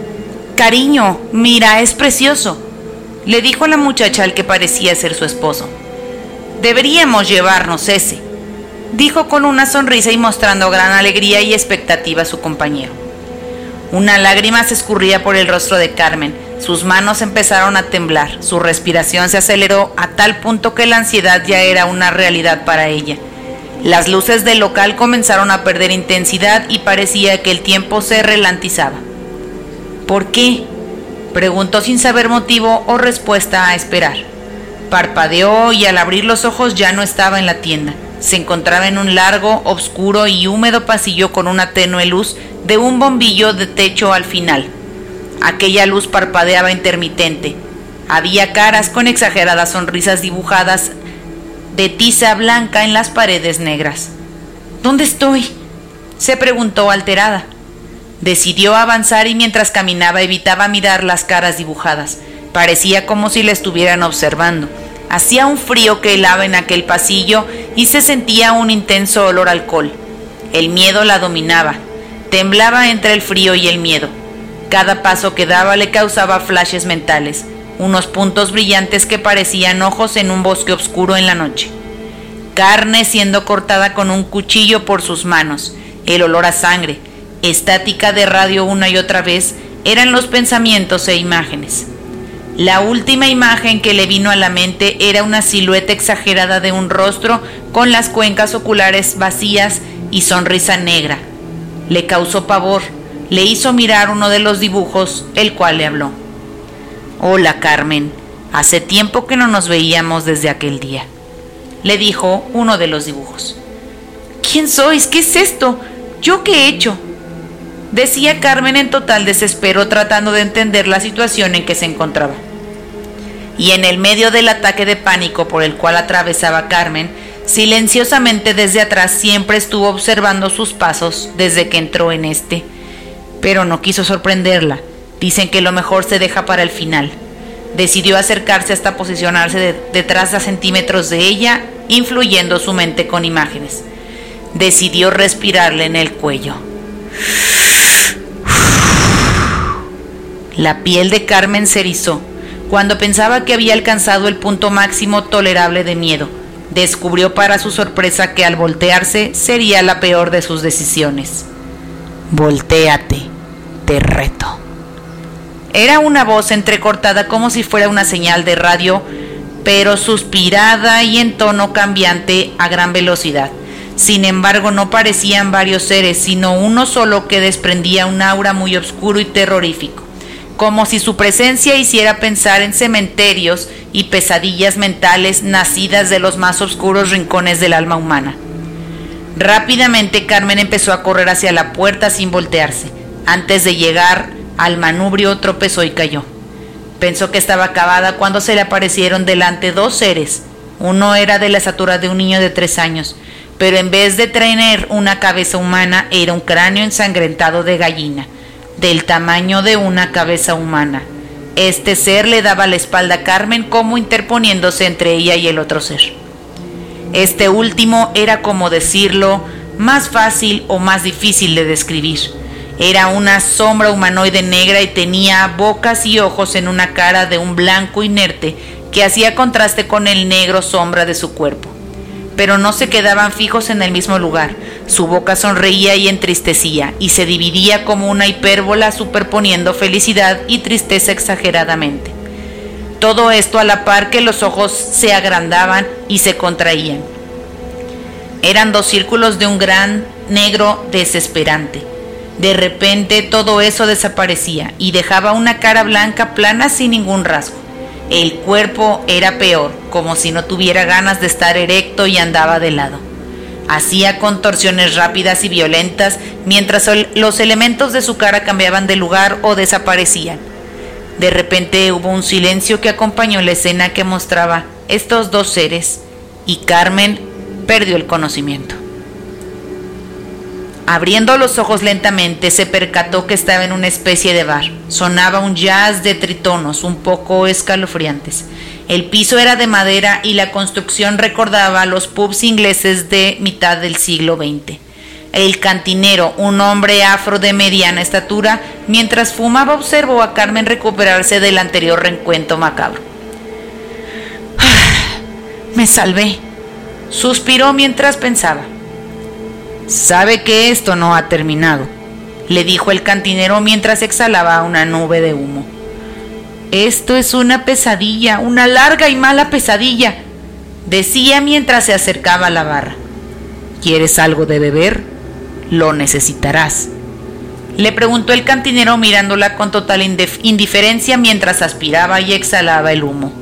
«Cariño, mira, es precioso», le dijo la muchacha al que parecía ser su esposo. «Deberíamos llevarnos ese», dijo con una sonrisa y mostrando gran alegría y expectativa a su compañero. Una lágrima se escurría por el rostro de Carmen, sus manos empezaron a temblar, su respiración se aceleró a tal punto que la ansiedad ya era una realidad para ella. Las luces del local comenzaron a perder intensidad y parecía que el tiempo se ralentizaba. «¿Por qué?», preguntó sin saber motivo o respuesta a esperar. Parpadeó y al abrir los ojos ya no estaba en la tienda. Se encontraba en un largo, oscuro y húmedo pasillo con una tenue luz de un bombillo de techo al final. Aquella luz parpadeaba intermitente. Había caras con exageradas sonrisas dibujadas de tiza blanca en las paredes negras. «¿Dónde estoy?», se preguntó alterada. Decidió avanzar y mientras caminaba evitaba mirar las caras dibujadas. Parecía como si la estuvieran observando. Hacía un frío que helaba en aquel pasillo y se sentía un intenso olor a alcohol. El miedo la dominaba. Temblaba entre el frío y el miedo. Cada paso que daba le causaba flashes mentales, unos puntos brillantes que parecían ojos en un bosque oscuro en la noche. Carne siendo cortada con un cuchillo por sus manos, el olor a sangre, estática de radio una y otra vez, eran los pensamientos e imágenes. La última imagen que le vino a la mente era una silueta exagerada de un rostro con las cuencas oculares vacías y sonrisa negra. Le causó pavor, le hizo mirar uno de los dibujos, el cual le habló. «Hola, Carmen, hace tiempo que no nos veíamos desde aquel día», le dijo uno de los dibujos. «¿Quién sois? ¿Qué es esto? ¿Yo qué he hecho?», decía Carmen en total desespero, tratando de entender la situación en que se encontraba. Y en el medio del ataque de pánico por el cual atravesaba Carmen, silenciosamente desde atrás siempre estuvo observando sus pasos desde que entró en este. Pero no quiso sorprenderla. Dicen que lo mejor se deja para el final. Decidió acercarse hasta posicionarse detrás a centímetros de ella, influyendo su mente con imágenes. Decidió respirarle en el cuello. La piel de Carmen se erizó. Cuando pensaba que había alcanzado el punto máximo tolerable de miedo, descubrió para su sorpresa que al voltearse sería la peor de sus decisiones. «Voltéate, te reto». Era una voz entrecortada como si fuera una señal de radio, pero suspirada y en tono cambiante a gran velocidad. Sin embargo, no parecían varios seres, sino uno solo que desprendía un aura muy oscuro y terrorífico, como si su presencia hiciera pensar en cementerios y pesadillas mentales nacidas de los más oscuros rincones del alma humana. Rápidamente Carmen empezó a correr hacia la puerta sin voltearse. Antes de llegar al manubrio tropezó y cayó. Pensó que estaba acabada cuando se le aparecieron delante dos seres. Uno era de la estatura de un niño de 3 años, pero en vez de tener una cabeza humana era un cráneo ensangrentado de gallina, del tamaño de una cabeza humana. Este ser le daba la espalda a Carmen como interponiéndose entre ella y el otro ser. Este último era, como decirlo, más fácil o más difícil de describir. Era una sombra humanoide negra y tenía bocas y ojos en una cara de un blanco inerte que hacía contraste con el negro sombra de su cuerpo. Pero no se quedaban fijos en el mismo lugar. Su boca sonreía y entristecía, y se dividía como una hipérbola superponiendo felicidad y tristeza exageradamente. Todo esto a la par que los ojos se agrandaban y se contraían. Eran dos círculos de un gran negro desesperante. De repente todo eso desaparecía y dejaba una cara blanca plana sin ningún rasgo. El cuerpo era peor, como si no tuviera ganas de estar erecto y andaba de lado. Hacía contorsiones rápidas y violentas mientras los elementos de su cara cambiaban de lugar o desaparecían. De repente hubo un silencio que acompañó la escena que mostraba estos dos seres y Carmen perdió el conocimiento. Abriendo los ojos lentamente, se percató que estaba en una especie de bar. Sonaba un jazz de tritonos un poco escalofriantes. El piso era de madera y la construcción recordaba a los pubs ingleses de mitad del siglo XX. El cantinero, un hombre afro de mediana estatura, mientras fumaba observó a Carmen recuperarse del anterior reencuentro macabro. «Me salvé», suspiró mientras pensaba. «Sabe que esto no ha terminado», le dijo el cantinero mientras exhalaba una nube de humo. «Esto es una pesadilla, una larga y mala pesadilla», decía mientras se acercaba a la barra. «¿Quieres algo de beber? Lo necesitarás», le preguntó el cantinero mirándola con total indiferencia mientras aspiraba y exhalaba el humo.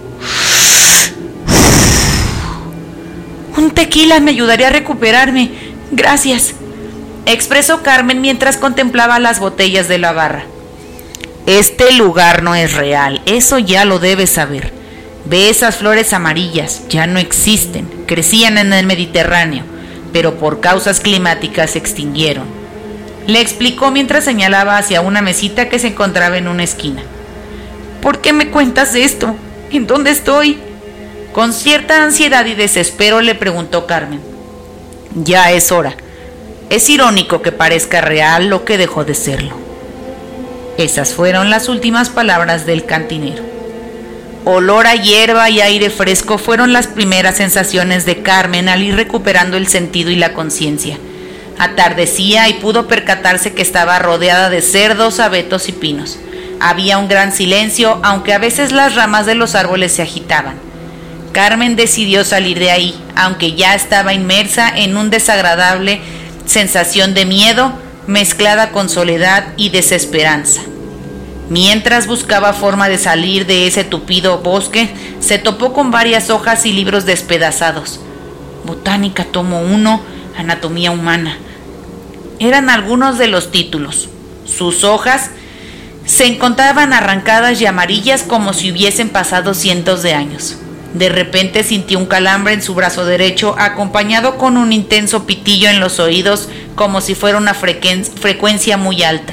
«Un tequila me ayudaría a recuperarme. Gracias», expresó Carmen mientras contemplaba las botellas de la barra. «Este lugar no es real, eso ya lo debes saber. Ve esas flores amarillas, ya no existen, crecían en el Mediterráneo, pero por causas climáticas se extinguieron», le explicó mientras señalaba hacia una mesita que se encontraba en una esquina. «¿Por qué me cuentas esto? ¿En dónde estoy?», con cierta ansiedad y desespero le preguntó Carmen. «Ya es hora. Es irónico que parezca real lo que dejó de serlo». Esas fueron las últimas palabras del cantinero. Olor a hierba y aire fresco fueron las primeras sensaciones de Carmen al ir recuperando el sentido y la conciencia. Atardecía y pudo percatarse que estaba rodeada de cerdos, abetos y pinos. Había un gran silencio, aunque a veces las ramas de los árboles se agitaban. Carmen decidió salir de ahí, aunque ya estaba inmersa en una desagradable sensación de miedo mezclada con soledad y desesperanza. Mientras buscaba forma de salir de ese tupido bosque, se topó con varias hojas y libros despedazados. Botánica tomo 1, anatomía humana. Eran algunos de los títulos. Sus hojas se encontraban arrancadas y amarillas como si hubiesen pasado cientos de años. De repente sintió un calambre en su brazo derecho, acompañado con un intenso pitillo en los oídos, como si fuera una frecuencia muy alta.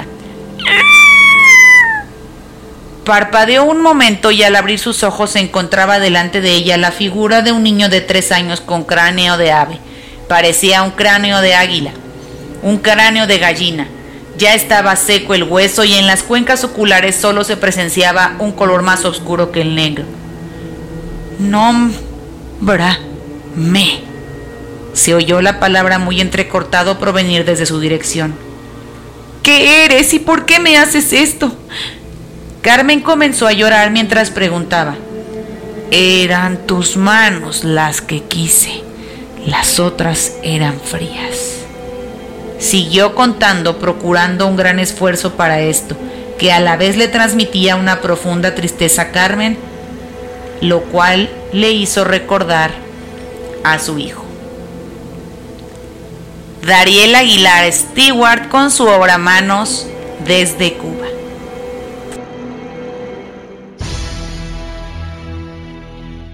Parpadeó un momento y al abrir sus ojos se encontraba delante de ella la figura de un niño de 3 años con cráneo de ave. Parecía un cráneo de águila, un cráneo de gallina. Ya estaba seco el hueso y en las cuencas oculares solo se presenciaba un color más oscuro que el negro. «Nómbrame», se oyó la palabra muy entrecortado provenir desde su dirección. «¿Qué eres y por qué me haces esto?». Carmen comenzó a llorar mientras preguntaba. «Eran tus manos las que quise, las otras eran frías». Siguió contando, procurando un gran esfuerzo para esto, que a la vez le transmitía una profunda tristeza a Carmen, lo cual le hizo recordar a su hijo. Dariel Aguilar Stewart con su obra Manos desde Cuba.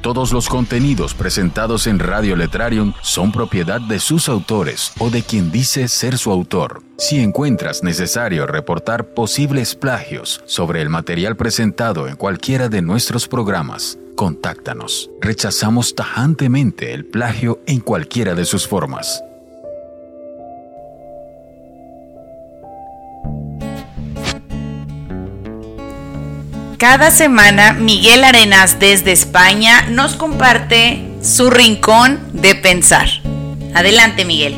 Todos los contenidos presentados en Radio Letrarium son propiedad de sus autores o de quien dice ser su autor. Si encuentras necesario reportar posibles plagios sobre el material presentado en cualquiera de nuestros programas, contáctanos. Rechazamos tajantemente el plagio en cualquiera de sus formas. Cada semana, Miguel Arenas desde España nos comparte su rincón de pensar. Adelante, Miguel.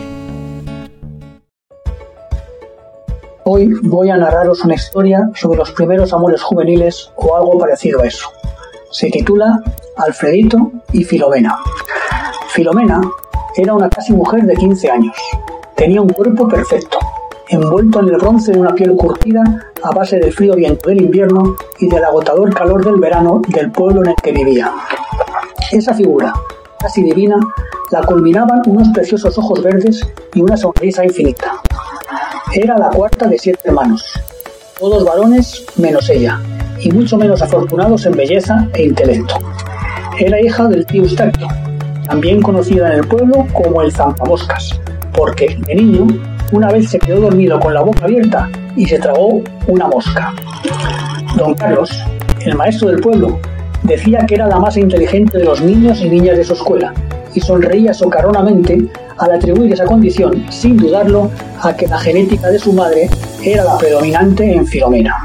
Hoy voy a narraros una historia sobre los primeros amores juveniles o algo parecido a eso. Se titula Alfredito y Filomena. Filomena era una casi mujer de 15 años. Tenía un cuerpo perfecto, envuelto en el bronce de una piel curtida a base del frío viento del invierno y del agotador calor del verano del pueblo en el que vivía. Esa figura, casi divina, la culminaban unos preciosos ojos verdes y una sonrisa infinita. Era la cuarta de 7 hermanos, todos varones menos ella, y mucho menos afortunados en belleza e intelecto. Era hija del tío Eustaquio, también conocida en el pueblo como el Zampamoscas, porque, de niño, una vez se quedó dormido con la boca abierta y se tragó una mosca. Don Carlos, el maestro del pueblo, decía que era la más inteligente de los niños y niñas de su escuela y sonreía socarronamente al atribuir esa condición, sin dudarlo, a que la genética de su madre era la predominante en Filomena.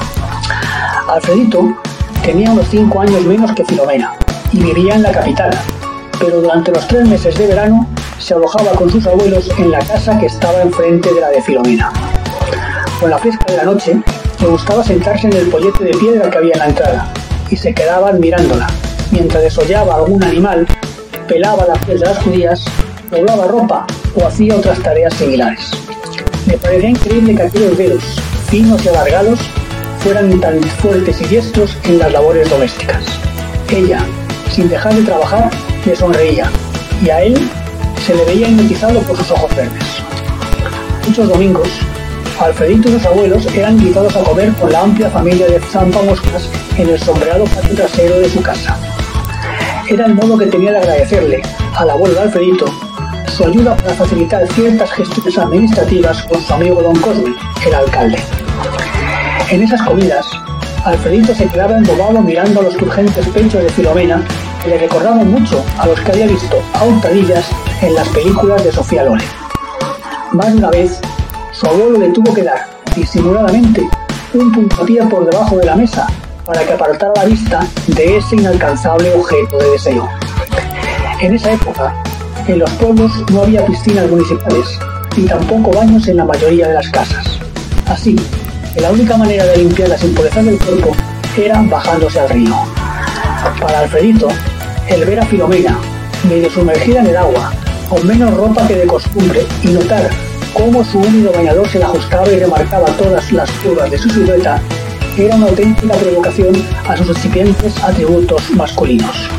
Alfredito tenía unos 5 años menos que Filomena y vivía en la capital, pero durante los 3 meses de verano se alojaba con sus abuelos en la casa que estaba enfrente de la de Filomena. Con la fresca de la noche, le gustaba sentarse en el pollete de piedra que había en la entrada y se quedaba admirándola, mientras desollaba algún animal, pelaba las piel de las judías, doblaba ropa o hacía otras tareas similares. Le parecía increíble que aquellos dedos, finos y alargados, fueran tan fuertes y diestros en las labores domésticas. Ella, sin dejar de trabajar, le sonreía, y a él se le veía hipnotizado por sus ojos verdes. Muchos domingos, Alfredito y sus abuelos eran invitados a comer con la amplia familia de Zampamoscas en el sombreado patio trasero de su casa. Era el modo que tenía de agradecerle al abuelo de Alfredito su ayuda para facilitar ciertas gestiones administrativas con su amigo don Cosme, el alcalde. En esas comidas, Alfredito se quedaba embobado mirando a los turgentes pechos de Filomena que le recordaban mucho a los que había visto a hurtadillas en las películas de Sofía Loren. Más de una vez, su abuelo le tuvo que dar, disimuladamente, un puntapié por debajo de la mesa para que apartara la vista de ese inalcanzable objeto de deseo. En esa época, en los pueblos no había piscinas municipales y tampoco baños en la mayoría de las casas. Así que la única manera de limpiar las impurezas del cuerpo era bajándose al río. Para Alfredito, el ver a Filomena, medio sumergida en el agua, con menos ropa que de costumbre, y notar cómo su húmedo bañador se le ajustaba y remarcaba todas las curvas de su silueta, era una auténtica provocación a sus incipientes atributos masculinos.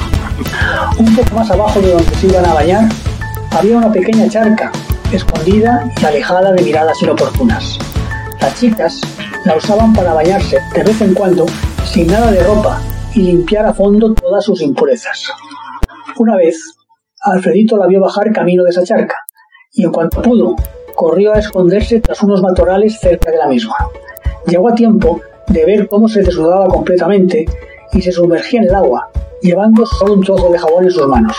Un poco más abajo de donde se iban a bañar, había una pequeña charca, escondida y alejada de miradas inoportunas. Las chicas la usaban para bañarse de vez en cuando, sin nada de ropa, y limpiar a fondo todas sus impurezas. Una vez, Alfredito la vio bajar camino de esa charca, y en cuanto pudo, corrió a esconderse tras unos matorrales cerca de la misma. Llegó a tiempo de ver cómo se desnudaba completamente y se sumergía en el agua, llevando solo un trozo de jabón en sus manos.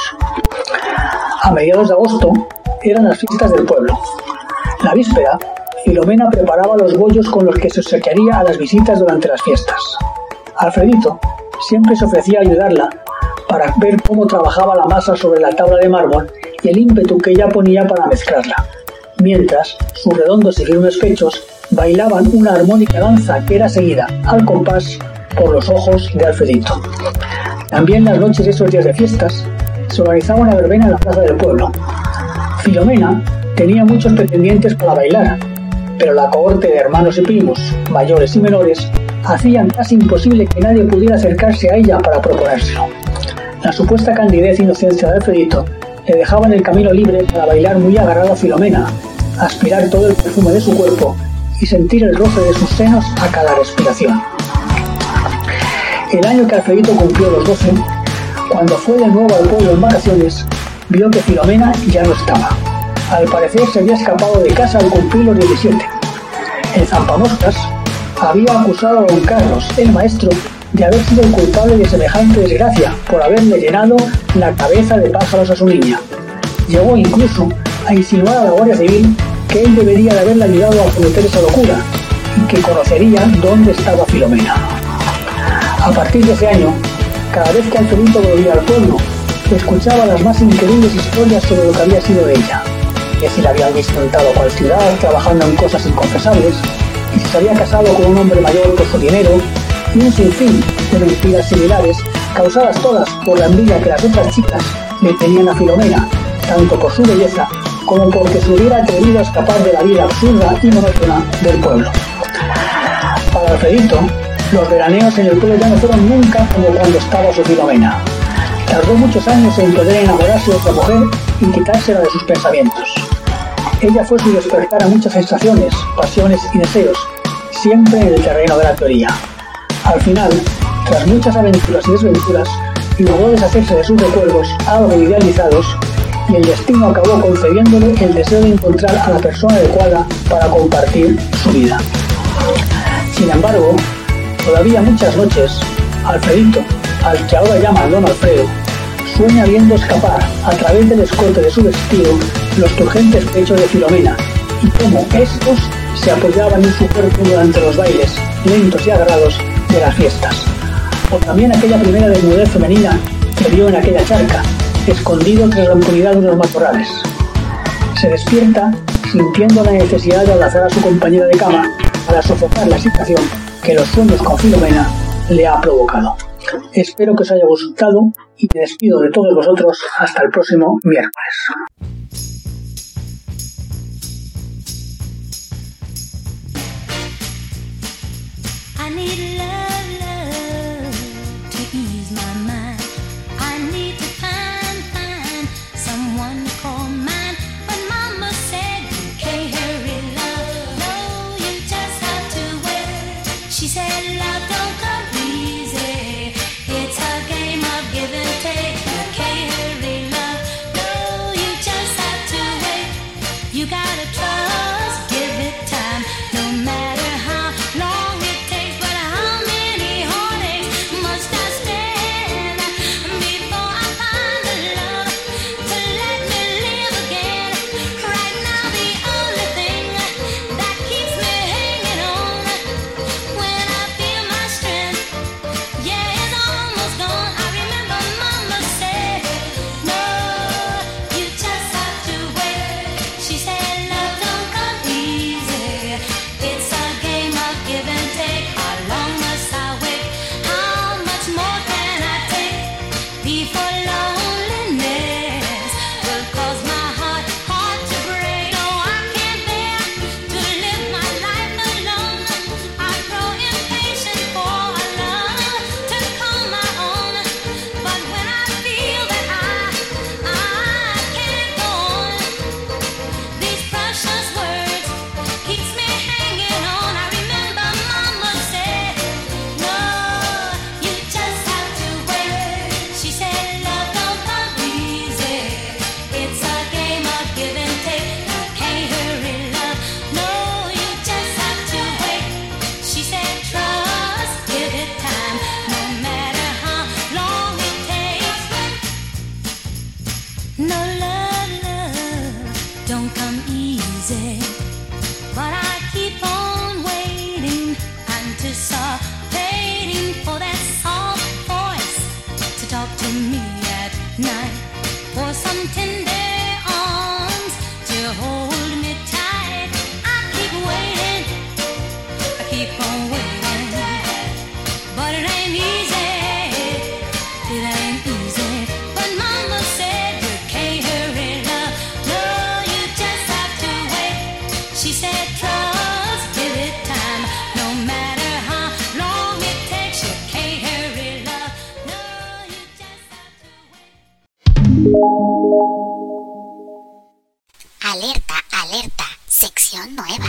A mediados de agosto eran las fiestas del pueblo. La víspera, Filomena preparaba los bollos con los que se obsequiaría a las visitas durante las fiestas. Alfredito siempre se ofrecía a ayudarla para ver cómo trabajaba la masa sobre la tabla de mármol y el ímpetu que ella ponía para mezclarla, mientras sus redondos y firmes pechos bailaban una armónica danza que era seguida, al compás, por los ojos de Alfredito. También las noches de esos días de fiestas se organizaba una verbena en la plaza del pueblo. Filomena tenía muchos pretendientes para bailar, pero la cohorte de hermanos y primos, mayores y menores, hacían casi imposible que nadie pudiera acercarse a ella para proponérselo. La supuesta candidez e inocencia de Alfredito le dejaban el camino libre para bailar muy agarrado a Filomena, aspirar todo el perfume de su cuerpo y sentir el roce de sus senos a cada respiración. El año que Alfredito cumplió los 12, Cuando fue de nuevo al pueblo en vacaciones, vio que Filomena ya no estaba. Al parecer se había escapado de casa al cumplir los 17. El zampamoscas había acusado a don Carlos, el maestro, de haber sido el culpable de semejante desgracia por haberle llenado la cabeza de pájaros a su niña. Llegó incluso a insinuar a la Guardia Civil que él debería de haberle ayudado a cometer esa locura y que conocería dónde estaba Filomena. A partir de ese año, cada vez que Alfredito volvía al pueblo, escuchaba las más increíbles historias sobre lo que había sido de ella, que si la habían visto en tal o cual ciudad trabajando en cosas inconfesables, y si se había casado con un hombre mayor por su dinero, y un sinfín de mentiras similares, causadas todas por la envidia que las otras chicas le tenían a Filomena, tanto por su belleza como porque se hubiera atrevido a escapar de la vida absurda y monótona del pueblo. Para Alfredito, los veraneos en el pueblo ya no fueron nunca como cuando estaba su Filomena. Tardó muchos años en poder enamorarse de otra mujer y quitársela de sus pensamientos. Ella fue su despertar a muchas sensaciones, pasiones y deseos, siempre en el terreno de la teoría. Al final, tras muchas aventuras y desventuras, logró deshacerse de sus recuerdos algo idealizados y el destino acabó concediéndole el deseo de encontrar a la persona adecuada para compartir su vida. Sin embargo, todavía muchas noches, Alfredito, al que ahora llaman Don Alfredo, sueña viendo escapar a través del escote de su vestido los turgentes pechos de Filomena y cómo estos se apoyaban en su cuerpo durante los bailes lentos y agarrados de las fiestas. O también aquella primera desnudez femenina que vio en aquella charca, escondido tras la impunidad de unos matorrales. Se despierta sintiendo la necesidad de abrazar a su compañera de cama para sofocar la excitación que los sueños con Filomena le ha provocado. Espero que os haya gustado y me despido de todos vosotros hasta el próximo miércoles. I need love, love to ease my mind. I need to find someone to call mine. But Mama said you can't hurry love. No, you just have to wait. She said love don't come easy. It's a game of give and take. You can't hurry love. No, you just have to wait. You gotta trust, give it time, no matter how long it takes. But how many heartaches must I stand before I find the love to let me live again? Right now the only thing that keeps me hanging on when I feel my strength, yeah, it's almost gone. I remember Mama said, no, you just have to wait. She said love don't come easy. It's a game of give and take. How long must I wait? How much more can I take before loneliness will cause my heart to break? No, I can't bear to live my life alone. I grow impatient for a love to call my own. But when I feel that I can't go on, these precious words keeps me hanging on. I remember Mama said, no, you just have to wait. She said love don't come easy. It's a game of give and take. You can't hurry love. No, you just have to wait. She said trust, give it time, no matter how long it takes. No love don't come easy. But I keep on waiting, anticipating for that soft voice to talk to me at night, for some tender arms to hold me tight. I keep waiting, I keep on waiting, but it ain't easy, it ain't easy. But Mama said you can't hurry love. No, you just have to wait. She said trust, give it time, no matter how long it takes. You can't hurry love. No, you just have to wait. Alerta, alerta, sección nueva.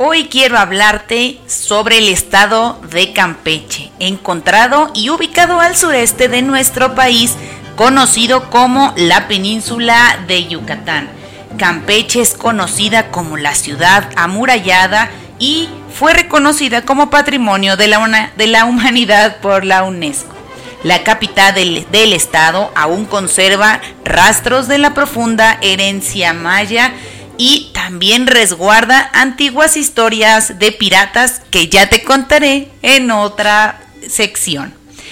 Hoy quiero hablarte sobre el estado de Campeche, encontrado y ubicado al sureste de nuestro país, conocido como la península de Yucatán. Campeche es conocida como la ciudad amurallada y fue reconocida como Patrimonio de la Humanidad por la UNESCO. La capital del estado aún conserva rastros de la profunda herencia maya y también resguarda antiguas historias de piratas que ya te contaré en otra sección.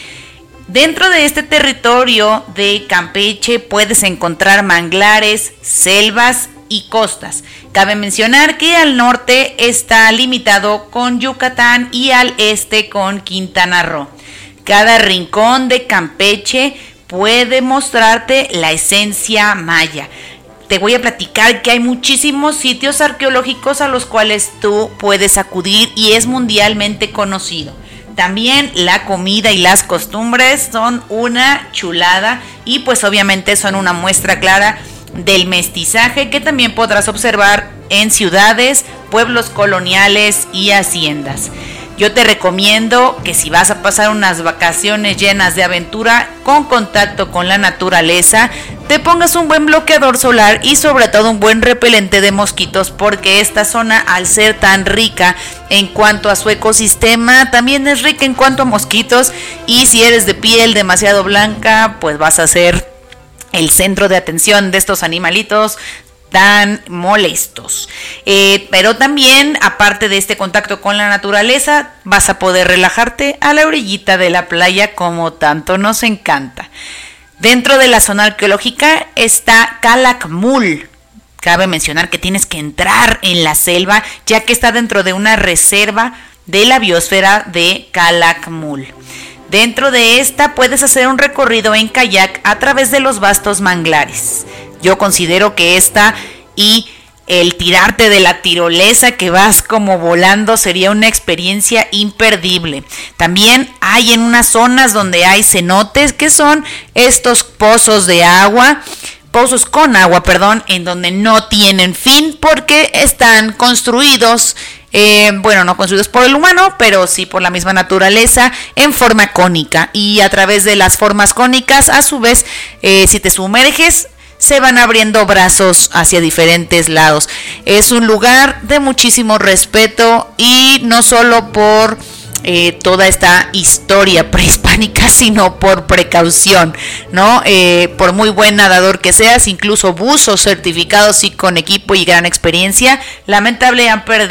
Dentro de este territorio de Campeche puedes encontrar manglares, selvas y costas. Cabe mencionar que al norte está limitado con Yucatán y al este con Quintana Roo. Cada rincón de Campeche puede mostrarte la esencia maya. Te voy a platicar que hay muchísimos sitios arqueológicos a los cuales tú puedes acudir y es mundialmente conocido. También la comida y las costumbres son una chulada y pues obviamente son una muestra clara del mestizaje que también podrás observar en ciudades, pueblos coloniales y haciendas. Yo te recomiendo que si vas a pasar unas vacaciones llenas de aventura con contacto con la naturaleza, te pongas un buen bloqueador solar y sobre todo un buen repelente de mosquitos, porque esta zona, al ser tan rica en cuanto a su ecosistema, también es rica en cuanto a mosquitos, y si eres de piel demasiado blanca, pues vas a ser el centro de atención de estos animalitos tan molestos. Pero también, aparte de este contacto con la naturaleza, vas a poder relajarte a la orillita de la playa como tanto nos encanta. Dentro de la zona arqueológica está Calakmul. Cabe mencionar que tienes que entrar en la selva, ya que está dentro de una reserva de la biosfera de Calakmul. Dentro de esta puedes hacer un recorrido en kayak a través de los vastos manglares. Yo considero que esta y el tirarte de la tirolesa que vas como volando sería una experiencia imperdible. También hay en unas zonas donde hay cenotes, que son estos pozos con agua, en donde no tienen fin porque están construidos, no construidos por el humano, pero sí por la misma naturaleza en forma cónica. Y a través de las formas cónicas, a su vez, si te sumerges, se van abriendo brazos hacia diferentes lados. Es un lugar de muchísimo respeto y no solo por toda esta historia prehispánica, sino por precaución, ¿no? Por muy buen nadador que seas, incluso buzos certificados y con equipo y gran experiencia, lamentablemente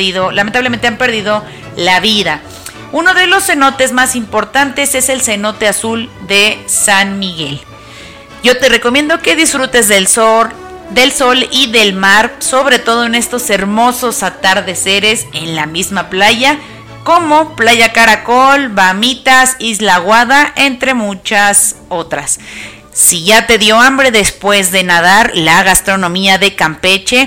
han perdido la vida. Uno de los cenotes más importantes es el cenote azul de San Miguel. Yo te recomiendo que disfrutes del sol y del mar, sobre todo en estos hermosos atardeceres en la misma playa, como Playa Caracol, Bamitas, Isla Aguada, entre muchas otras. Si ya te dio hambre después de nadar, la gastronomía de Campeche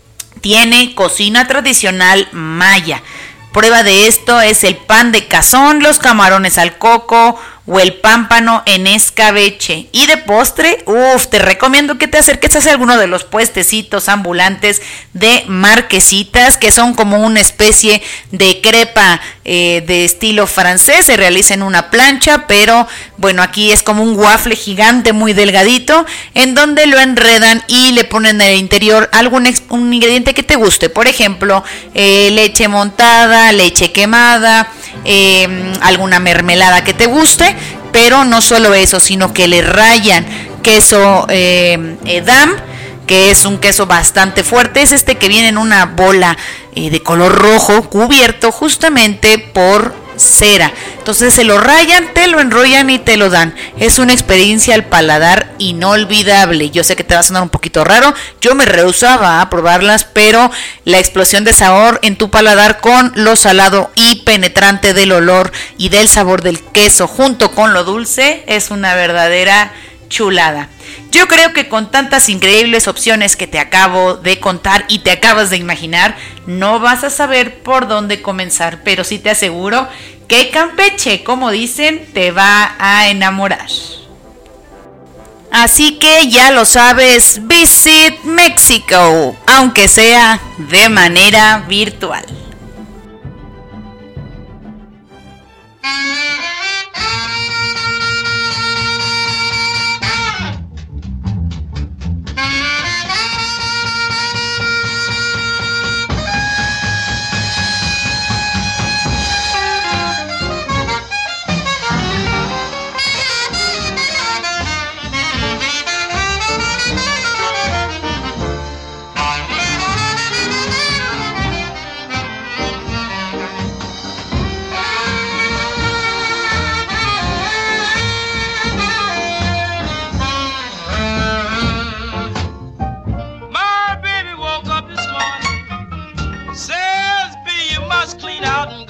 tiene cocina tradicional maya. Prueba de esto es el pan de cazón, los camarones al coco o el pámpano en escabeche. Y de postre, te recomiendo que te acerques a alguno de los puestecitos ambulantes de marquesitas, que son como una especie de crepa de estilo francés. Se realiza en una plancha, pero bueno, aquí es como un waffle gigante muy delgadito, en donde lo enredan y le ponen en el interior un ingrediente que te guste. Por ejemplo, leche montada, leche quemada, alguna mermelada que te guste. Pero no solo eso, sino que le rayan queso Edam, que es un queso bastante fuerte. Es este que viene en una bola de color rojo, cubierto justamente por cera. Entonces se lo rayan, te lo enrollan y te lo dan. Es una experiencia al paladar inolvidable. Yo sé que te va a sonar un poquito raro, yo me rehusaba a probarlas, pero la explosión de sabor en tu paladar con lo salado y penetrante del olor y del sabor del queso junto con lo dulce es una verdadera chulada. Yo creo que con tantas increíbles opciones que te acabo de contar y te acabas de imaginar, no vas a saber por dónde comenzar, pero sí te aseguro que Campeche, como dicen, te va a enamorar. Así que ya lo sabes, Visit Mexico, aunque sea de manera virtual.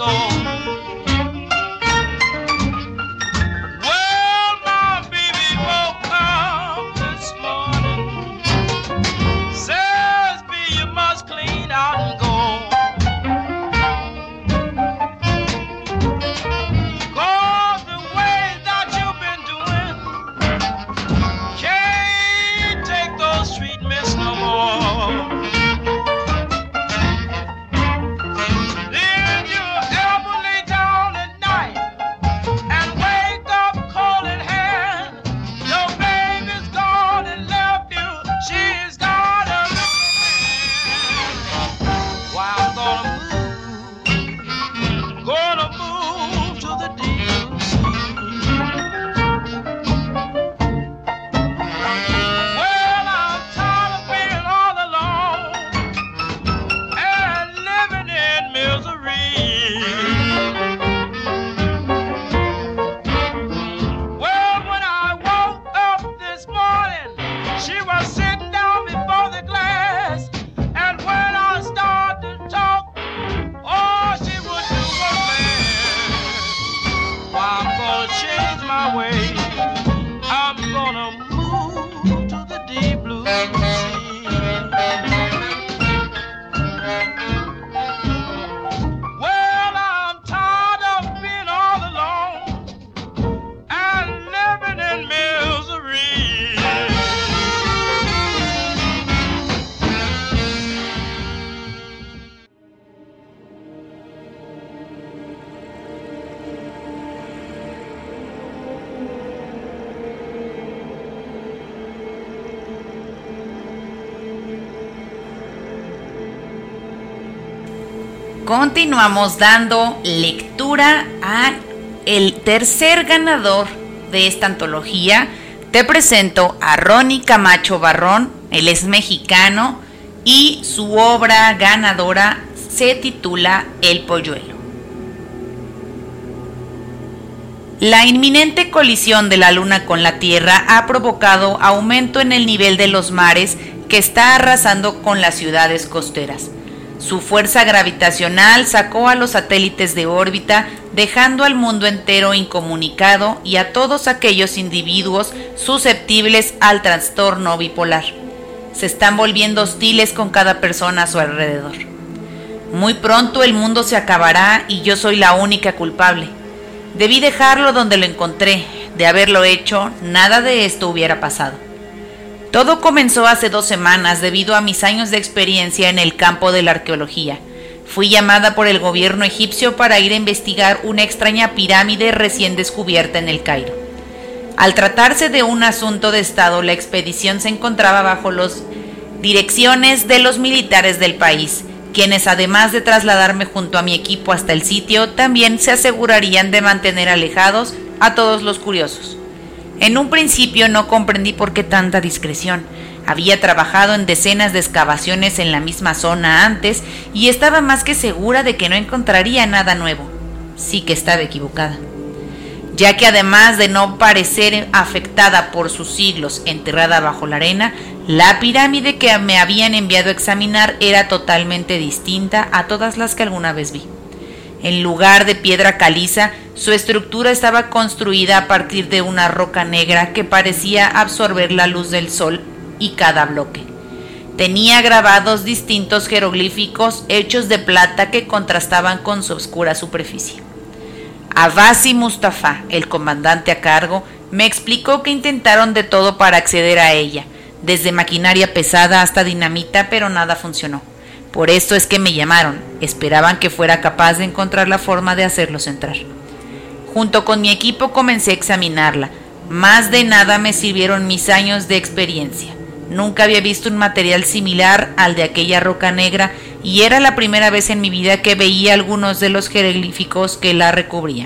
Well, my baby woke up this morning, says, "B, you must clean out and go. 'Cause the way that you've been doing, can't take those treatments no more. Then you ever lay down at night and wake up cold in hand. Your baby's gone and left you. She's got a little man. Why, I'm gonna move to the deep sea. Well, I'm tired of being all alone and living in misery. Well, when I woke up this morning, she was sitting down before the glass, and when I started to talk, oh, she would do a man. Well, I'm gonna change my way. I'm gonna move to the deep blue sea. Well, I'm tired of being all alone and living in misery. Continuamos dando lectura a el tercer ganador de esta antología. Te presento a Ronnie Camacho Barrón. Él es mexicano y su obra ganadora se titula El Polluelo. La inminente colisión de la Luna con la Tierra ha provocado aumento en el nivel de los mares que está arrasando con las ciudades costeras. Su fuerza gravitacional sacó a los satélites de órbita, dejando al mundo entero incomunicado y a todos aquellos individuos susceptibles al trastorno bipolar. Se están volviendo hostiles con cada persona a su alrededor. Muy pronto el mundo se acabará y yo soy la única culpable. Debí dejarlo donde lo encontré. De haberlo hecho, nada de esto hubiera pasado. Todo comenzó hace 2 semanas debido a mis años de experiencia en el campo de la arqueología. Fui llamada por el gobierno egipcio para ir a investigar una extraña pirámide recién descubierta en el Cairo. Al tratarse de un asunto de Estado, la expedición se encontraba bajo las direcciones de los militares del país, quienes además de trasladarme junto a mi equipo hasta el sitio, también se asegurarían de mantener alejados a todos los curiosos. En un principio no comprendí por qué tanta discreción. Había trabajado en decenas de excavaciones en la misma zona antes y estaba más que segura de que no encontraría nada nuevo. Sí que estaba equivocada, ya que además de no parecer afectada por sus siglos enterrada bajo la arena, la pirámide que me habían enviado a examinar era totalmente distinta a todas las que alguna vez vi. En lugar de piedra caliza, su estructura estaba construida a partir de una roca negra que parecía absorber la luz del sol y cada bloque. Tenía grabados distintos jeroglíficos hechos de plata que contrastaban con su oscura superficie. Abbasi Mustafa, el comandante a cargo, me explicó que intentaron de todo para acceder a ella, desde maquinaria pesada hasta dinamita, pero nada funcionó. Por esto es que me llamaron, esperaban que fuera capaz de encontrar la forma de hacerlos entrar. Junto con mi equipo comencé a examinarla. Más de nada me sirvieron mis años de experiencia. Nunca había visto un material similar al de aquella roca negra y era la primera vez en mi vida que veía algunos de los jeroglíficos que la recubrían.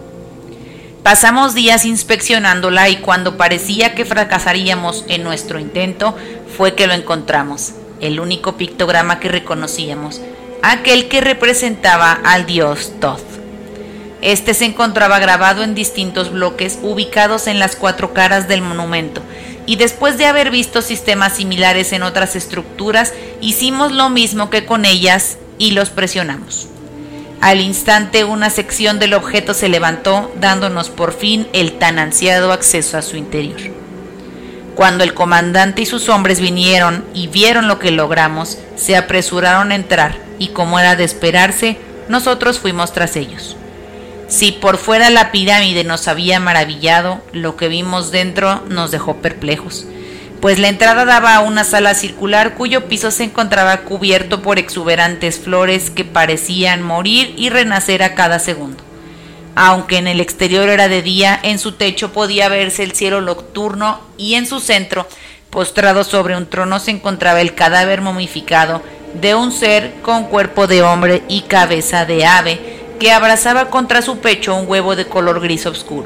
Pasamos días inspeccionándola y cuando parecía que fracasaríamos en nuestro intento, fue que lo encontramos. El único pictograma que reconocíamos, aquel que representaba al dios Thoth. Este se encontraba grabado en distintos bloques ubicados en las 4 caras del monumento, y después de haber visto sistemas similares en otras estructuras, hicimos lo mismo que con ellas y los presionamos. Al instante una sección del objeto se levantó, dándonos por fin el tan ansiado acceso a su interior. Cuando el comandante y sus hombres vinieron y vieron lo que logramos, se apresuraron a entrar y, como era de esperarse, nosotros fuimos tras ellos. Si por fuera la pirámide nos había maravillado, lo que vimos dentro nos dejó perplejos, pues la entrada daba a una sala circular cuyo piso se encontraba cubierto por exuberantes flores que parecían morir y renacer a cada segundo. Aunque en el exterior era de día, en su techo podía verse el cielo nocturno y en su centro, postrado sobre un trono, se encontraba el cadáver momificado de un ser con cuerpo de hombre y cabeza de ave que abrazaba contra su pecho un huevo de color gris oscuro.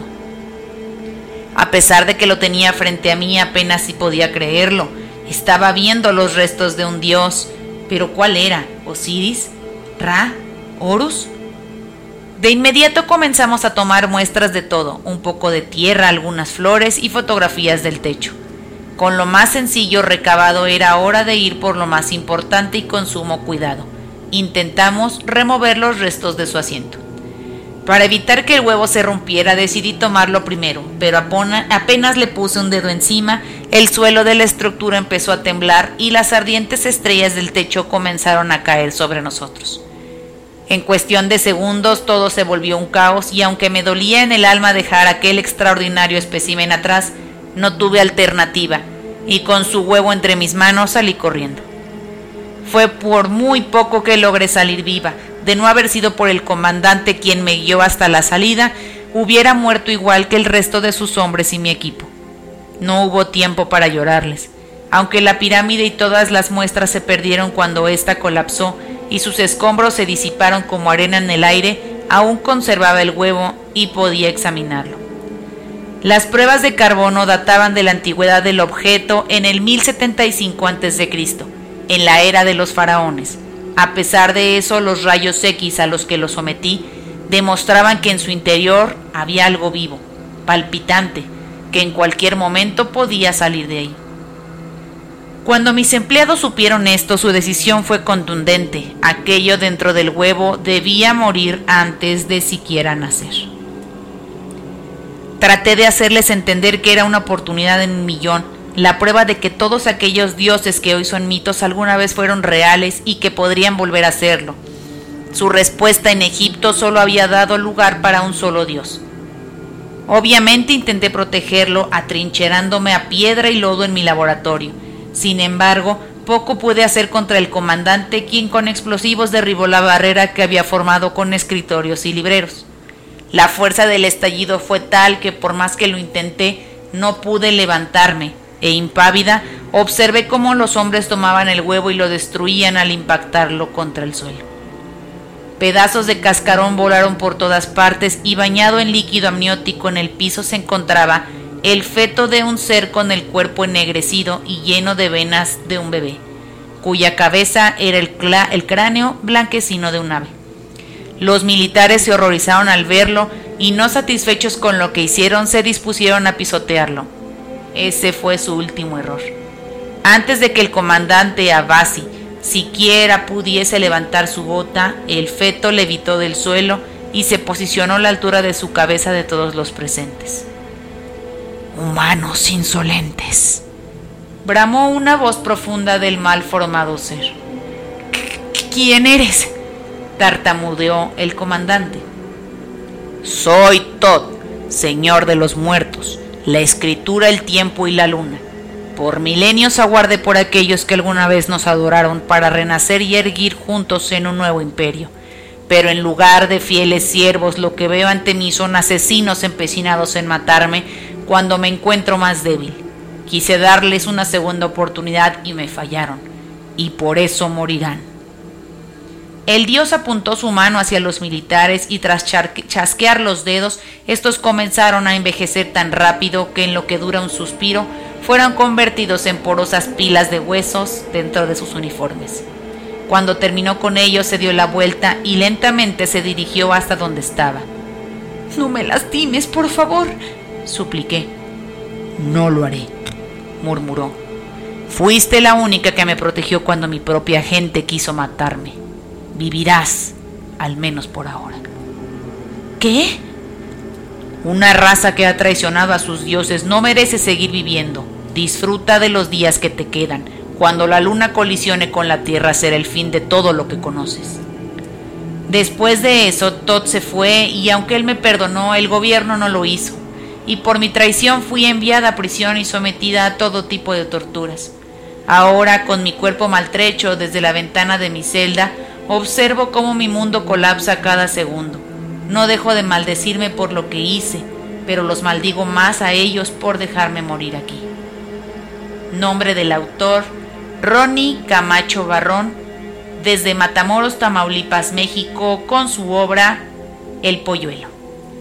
A pesar de que lo tenía frente a mí, apenas si podía creerlo. Estaba viendo los restos de un dios. ¿Pero cuál era? ¿Osiris? ¿Ra? ¿Horus? De inmediato comenzamos a tomar muestras de todo, un poco de tierra, algunas flores y fotografías del techo. Con lo más sencillo recabado era hora de ir por lo más importante y con sumo cuidado. Intentamos remover los restos de su asiento. Para evitar que el huevo se rompiera, decidí tomarlo primero, pero apenas le puse un dedo encima, el suelo de la estructura empezó a temblar y las ardientes estrellas del techo comenzaron a caer sobre nosotros. En cuestión de segundos todo se volvió un caos y aunque me dolía en el alma dejar aquel extraordinario espécimen atrás, no tuve alternativa y con su huevo entre mis manos salí corriendo. Fue por muy poco que logré salir viva. De no haber sido por el comandante quien me guió hasta la salida, hubiera muerto igual que el resto de sus hombres y mi equipo. No hubo tiempo para llorarles. Aunque la pirámide y todas las muestras se perdieron cuando ésta colapsó y sus escombros se disiparon como arena en el aire, aún conservaba el huevo y podía examinarlo. Las pruebas de carbono databan de la antigüedad del objeto en el 1075 a.C., en la era de los faraones. A pesar de eso, los rayos X a los que lo sometí demostraban que en su interior había algo vivo, palpitante, que en cualquier momento podía salir de ahí. Cuando mis empleados supieron esto, su decisión fue contundente. Aquello dentro del huevo debía morir antes de siquiera nacer. Traté de hacerles entender que era una oportunidad en un millón, la prueba de que todos aquellos dioses que hoy son mitos alguna vez fueron reales y que podrían volver a serlo. Su respuesta en Egipto solo había dado lugar para un solo dios. Obviamente intenté protegerlo atrincherándome a piedra y lodo en mi laboratorio. Sin embargo, poco pude hacer contra el comandante, quien con explosivos derribó la barrera que había formado con escritorios y libreros. La fuerza del estallido fue tal que por más que lo intenté, no pude levantarme. E impávida, observé cómo los hombres tomaban el huevo y lo destruían al impactarlo contra el suelo. Pedazos de cascarón volaron por todas partes y bañado en líquido amniótico en el piso se encontraba el feto de un ser con el cuerpo ennegrecido y lleno de venas de un bebé, cuya cabeza era el cráneo blanquecino de un ave. Los militares se horrorizaron al verlo y, no satisfechos con lo que hicieron, se dispusieron a pisotearlo. Ese fue su último error. Antes de que el comandante Abbasi siquiera pudiese levantar su bota, el feto levitó del suelo y se posicionó a la altura de su cabeza de todos los presentes. «Humanos insolentes», bramó una voz profunda del mal formado ser. «¿Quién eres?», tartamudeó el comandante. «Soy Thoth, señor de los muertos, la escritura, el tiempo y la luna. Por milenios aguardé por aquellos que alguna vez nos adoraron para renacer y erguir juntos en un nuevo imperio. Pero en lugar de fieles siervos, lo que veo ante mí son asesinos empecinados en matarme cuando me encuentro más débil. Quise darles una segunda oportunidad y me fallaron, y por eso morirán». El dios apuntó su mano hacia los militares y tras chasquear los dedos, estos comenzaron a envejecer tan rápido que en lo que dura un suspiro, fueron convertidos en porosas pilas de huesos dentro de sus uniformes. Cuando terminó con ellos, se dio la vuelta y lentamente se dirigió hasta donde estaba. «No me lastimes, por favor», supliqué. «No lo haré», murmuró. «Fuiste la única que me protegió cuando mi propia gente quiso matarme. Vivirás, al menos por ahora. ¿Qué? Una raza que ha traicionado a sus dioses no merece seguir viviendo. Disfruta de los días que te quedan. Cuando la luna colisione con la tierra será el fin de todo lo que conoces. Después de eso, Todd se fue y aunque él me perdonó, el gobierno no lo hizo. Y por mi traición fui enviada a prisión y sometida a todo tipo de torturas. Ahora, con mi cuerpo maltrecho desde la ventana de mi celda, observo cómo mi mundo colapsa cada segundo. No dejo de maldecirme por lo que hice, pero los maldigo más a ellos por dejarme morir aquí. Nombre del autor: Ronnie Camacho Barrón, desde Matamoros, Tamaulipas, México, con su obra El Polluelo.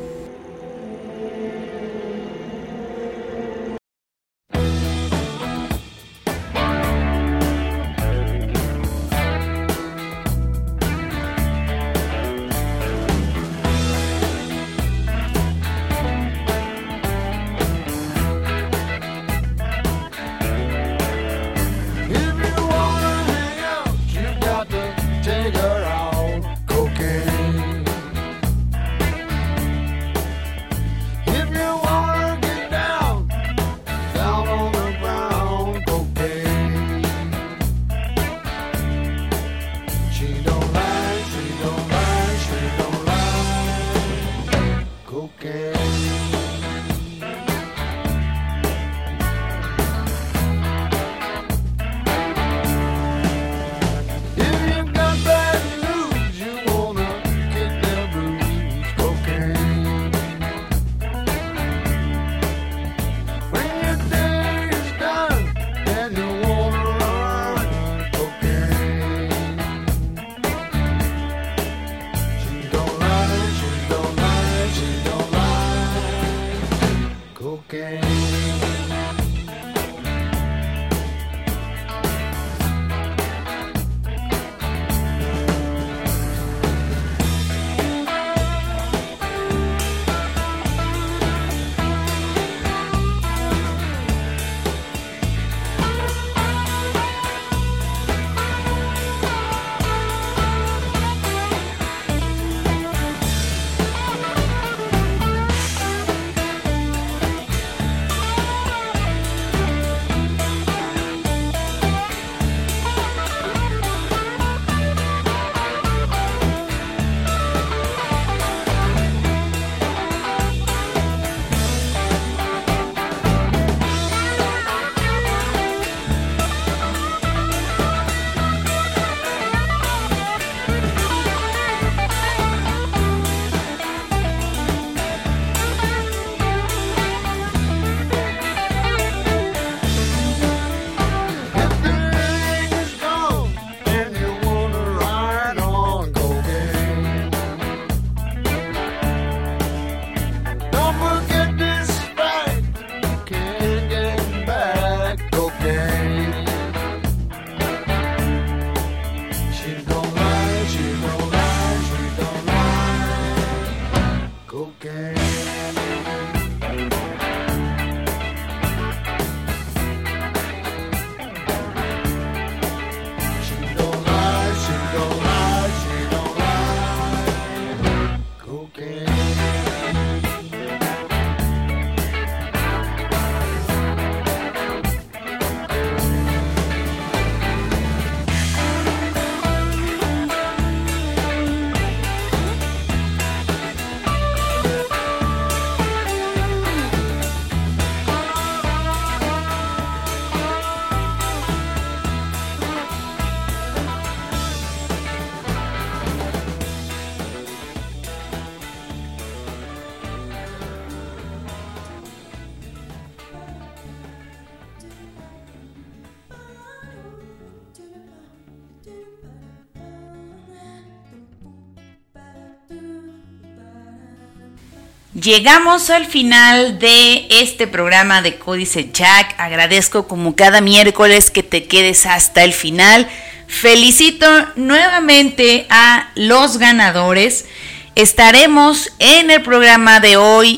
Llegamos al final de este programa de Códice Jack. Agradezco como cada miércoles que te quedes hasta el final. Felicito nuevamente a los ganadores. Estaremos en el programa de hoy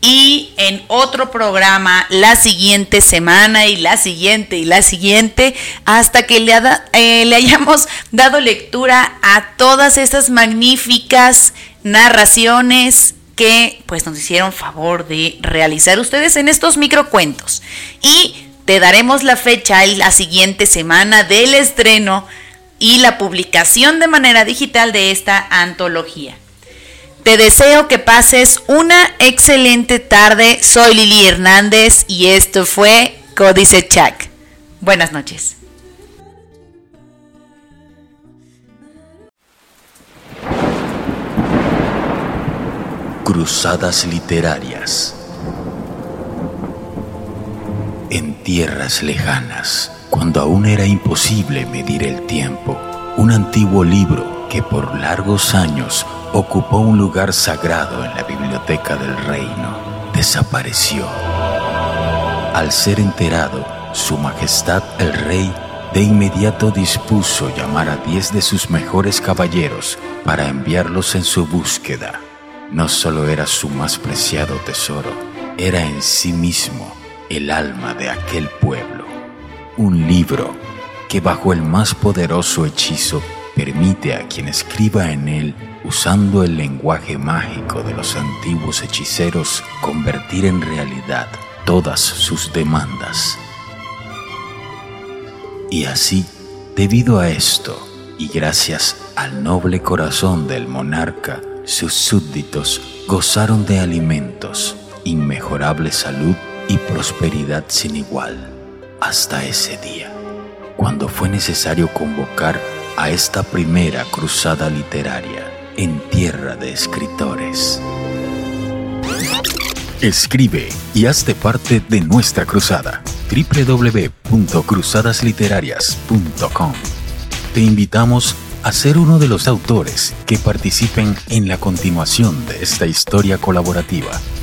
y en otro programa la siguiente semana y la siguiente hasta que le hayamos dado lectura a todas estas magníficas narraciones que pues nos hicieron favor de realizar ustedes en estos microcuentos. Y te daremos la fecha la siguiente semana del estreno y la publicación de manera digital de esta antología. Te deseo que pases una excelente tarde. Soy Lili Hernández y esto fue Códice Chuck. Buenas noches. Cruzadas literarias. En tierras lejanas, cuando aún era imposible medir el tiempo, un antiguo libro que por largos años ocupó un lugar sagrado en la biblioteca del reino desapareció. Al ser enterado, Su Majestad el Rey de inmediato dispuso llamar a 10 de sus mejores caballeros para enviarlos en su búsqueda. No solo era su más preciado tesoro, era en sí mismo el alma de aquel pueblo. Un libro que bajo el más poderoso hechizo permite a quien escriba en él, usando el lenguaje mágico de los antiguos hechiceros, convertir en realidad todas sus demandas. Y así, debido a esto, y gracias al noble corazón del monarca, sus súbditos gozaron de alimentos, inmejorable salud y prosperidad sin igual, hasta ese día, cuando fue necesario convocar a esta primera cruzada literaria en tierra de escritores. Escribe y hazte parte de nuestra cruzada. www.cruzadasliterarias.com. Te invitamos a ser uno de los autores que participen en la continuación de esta historia colaborativa.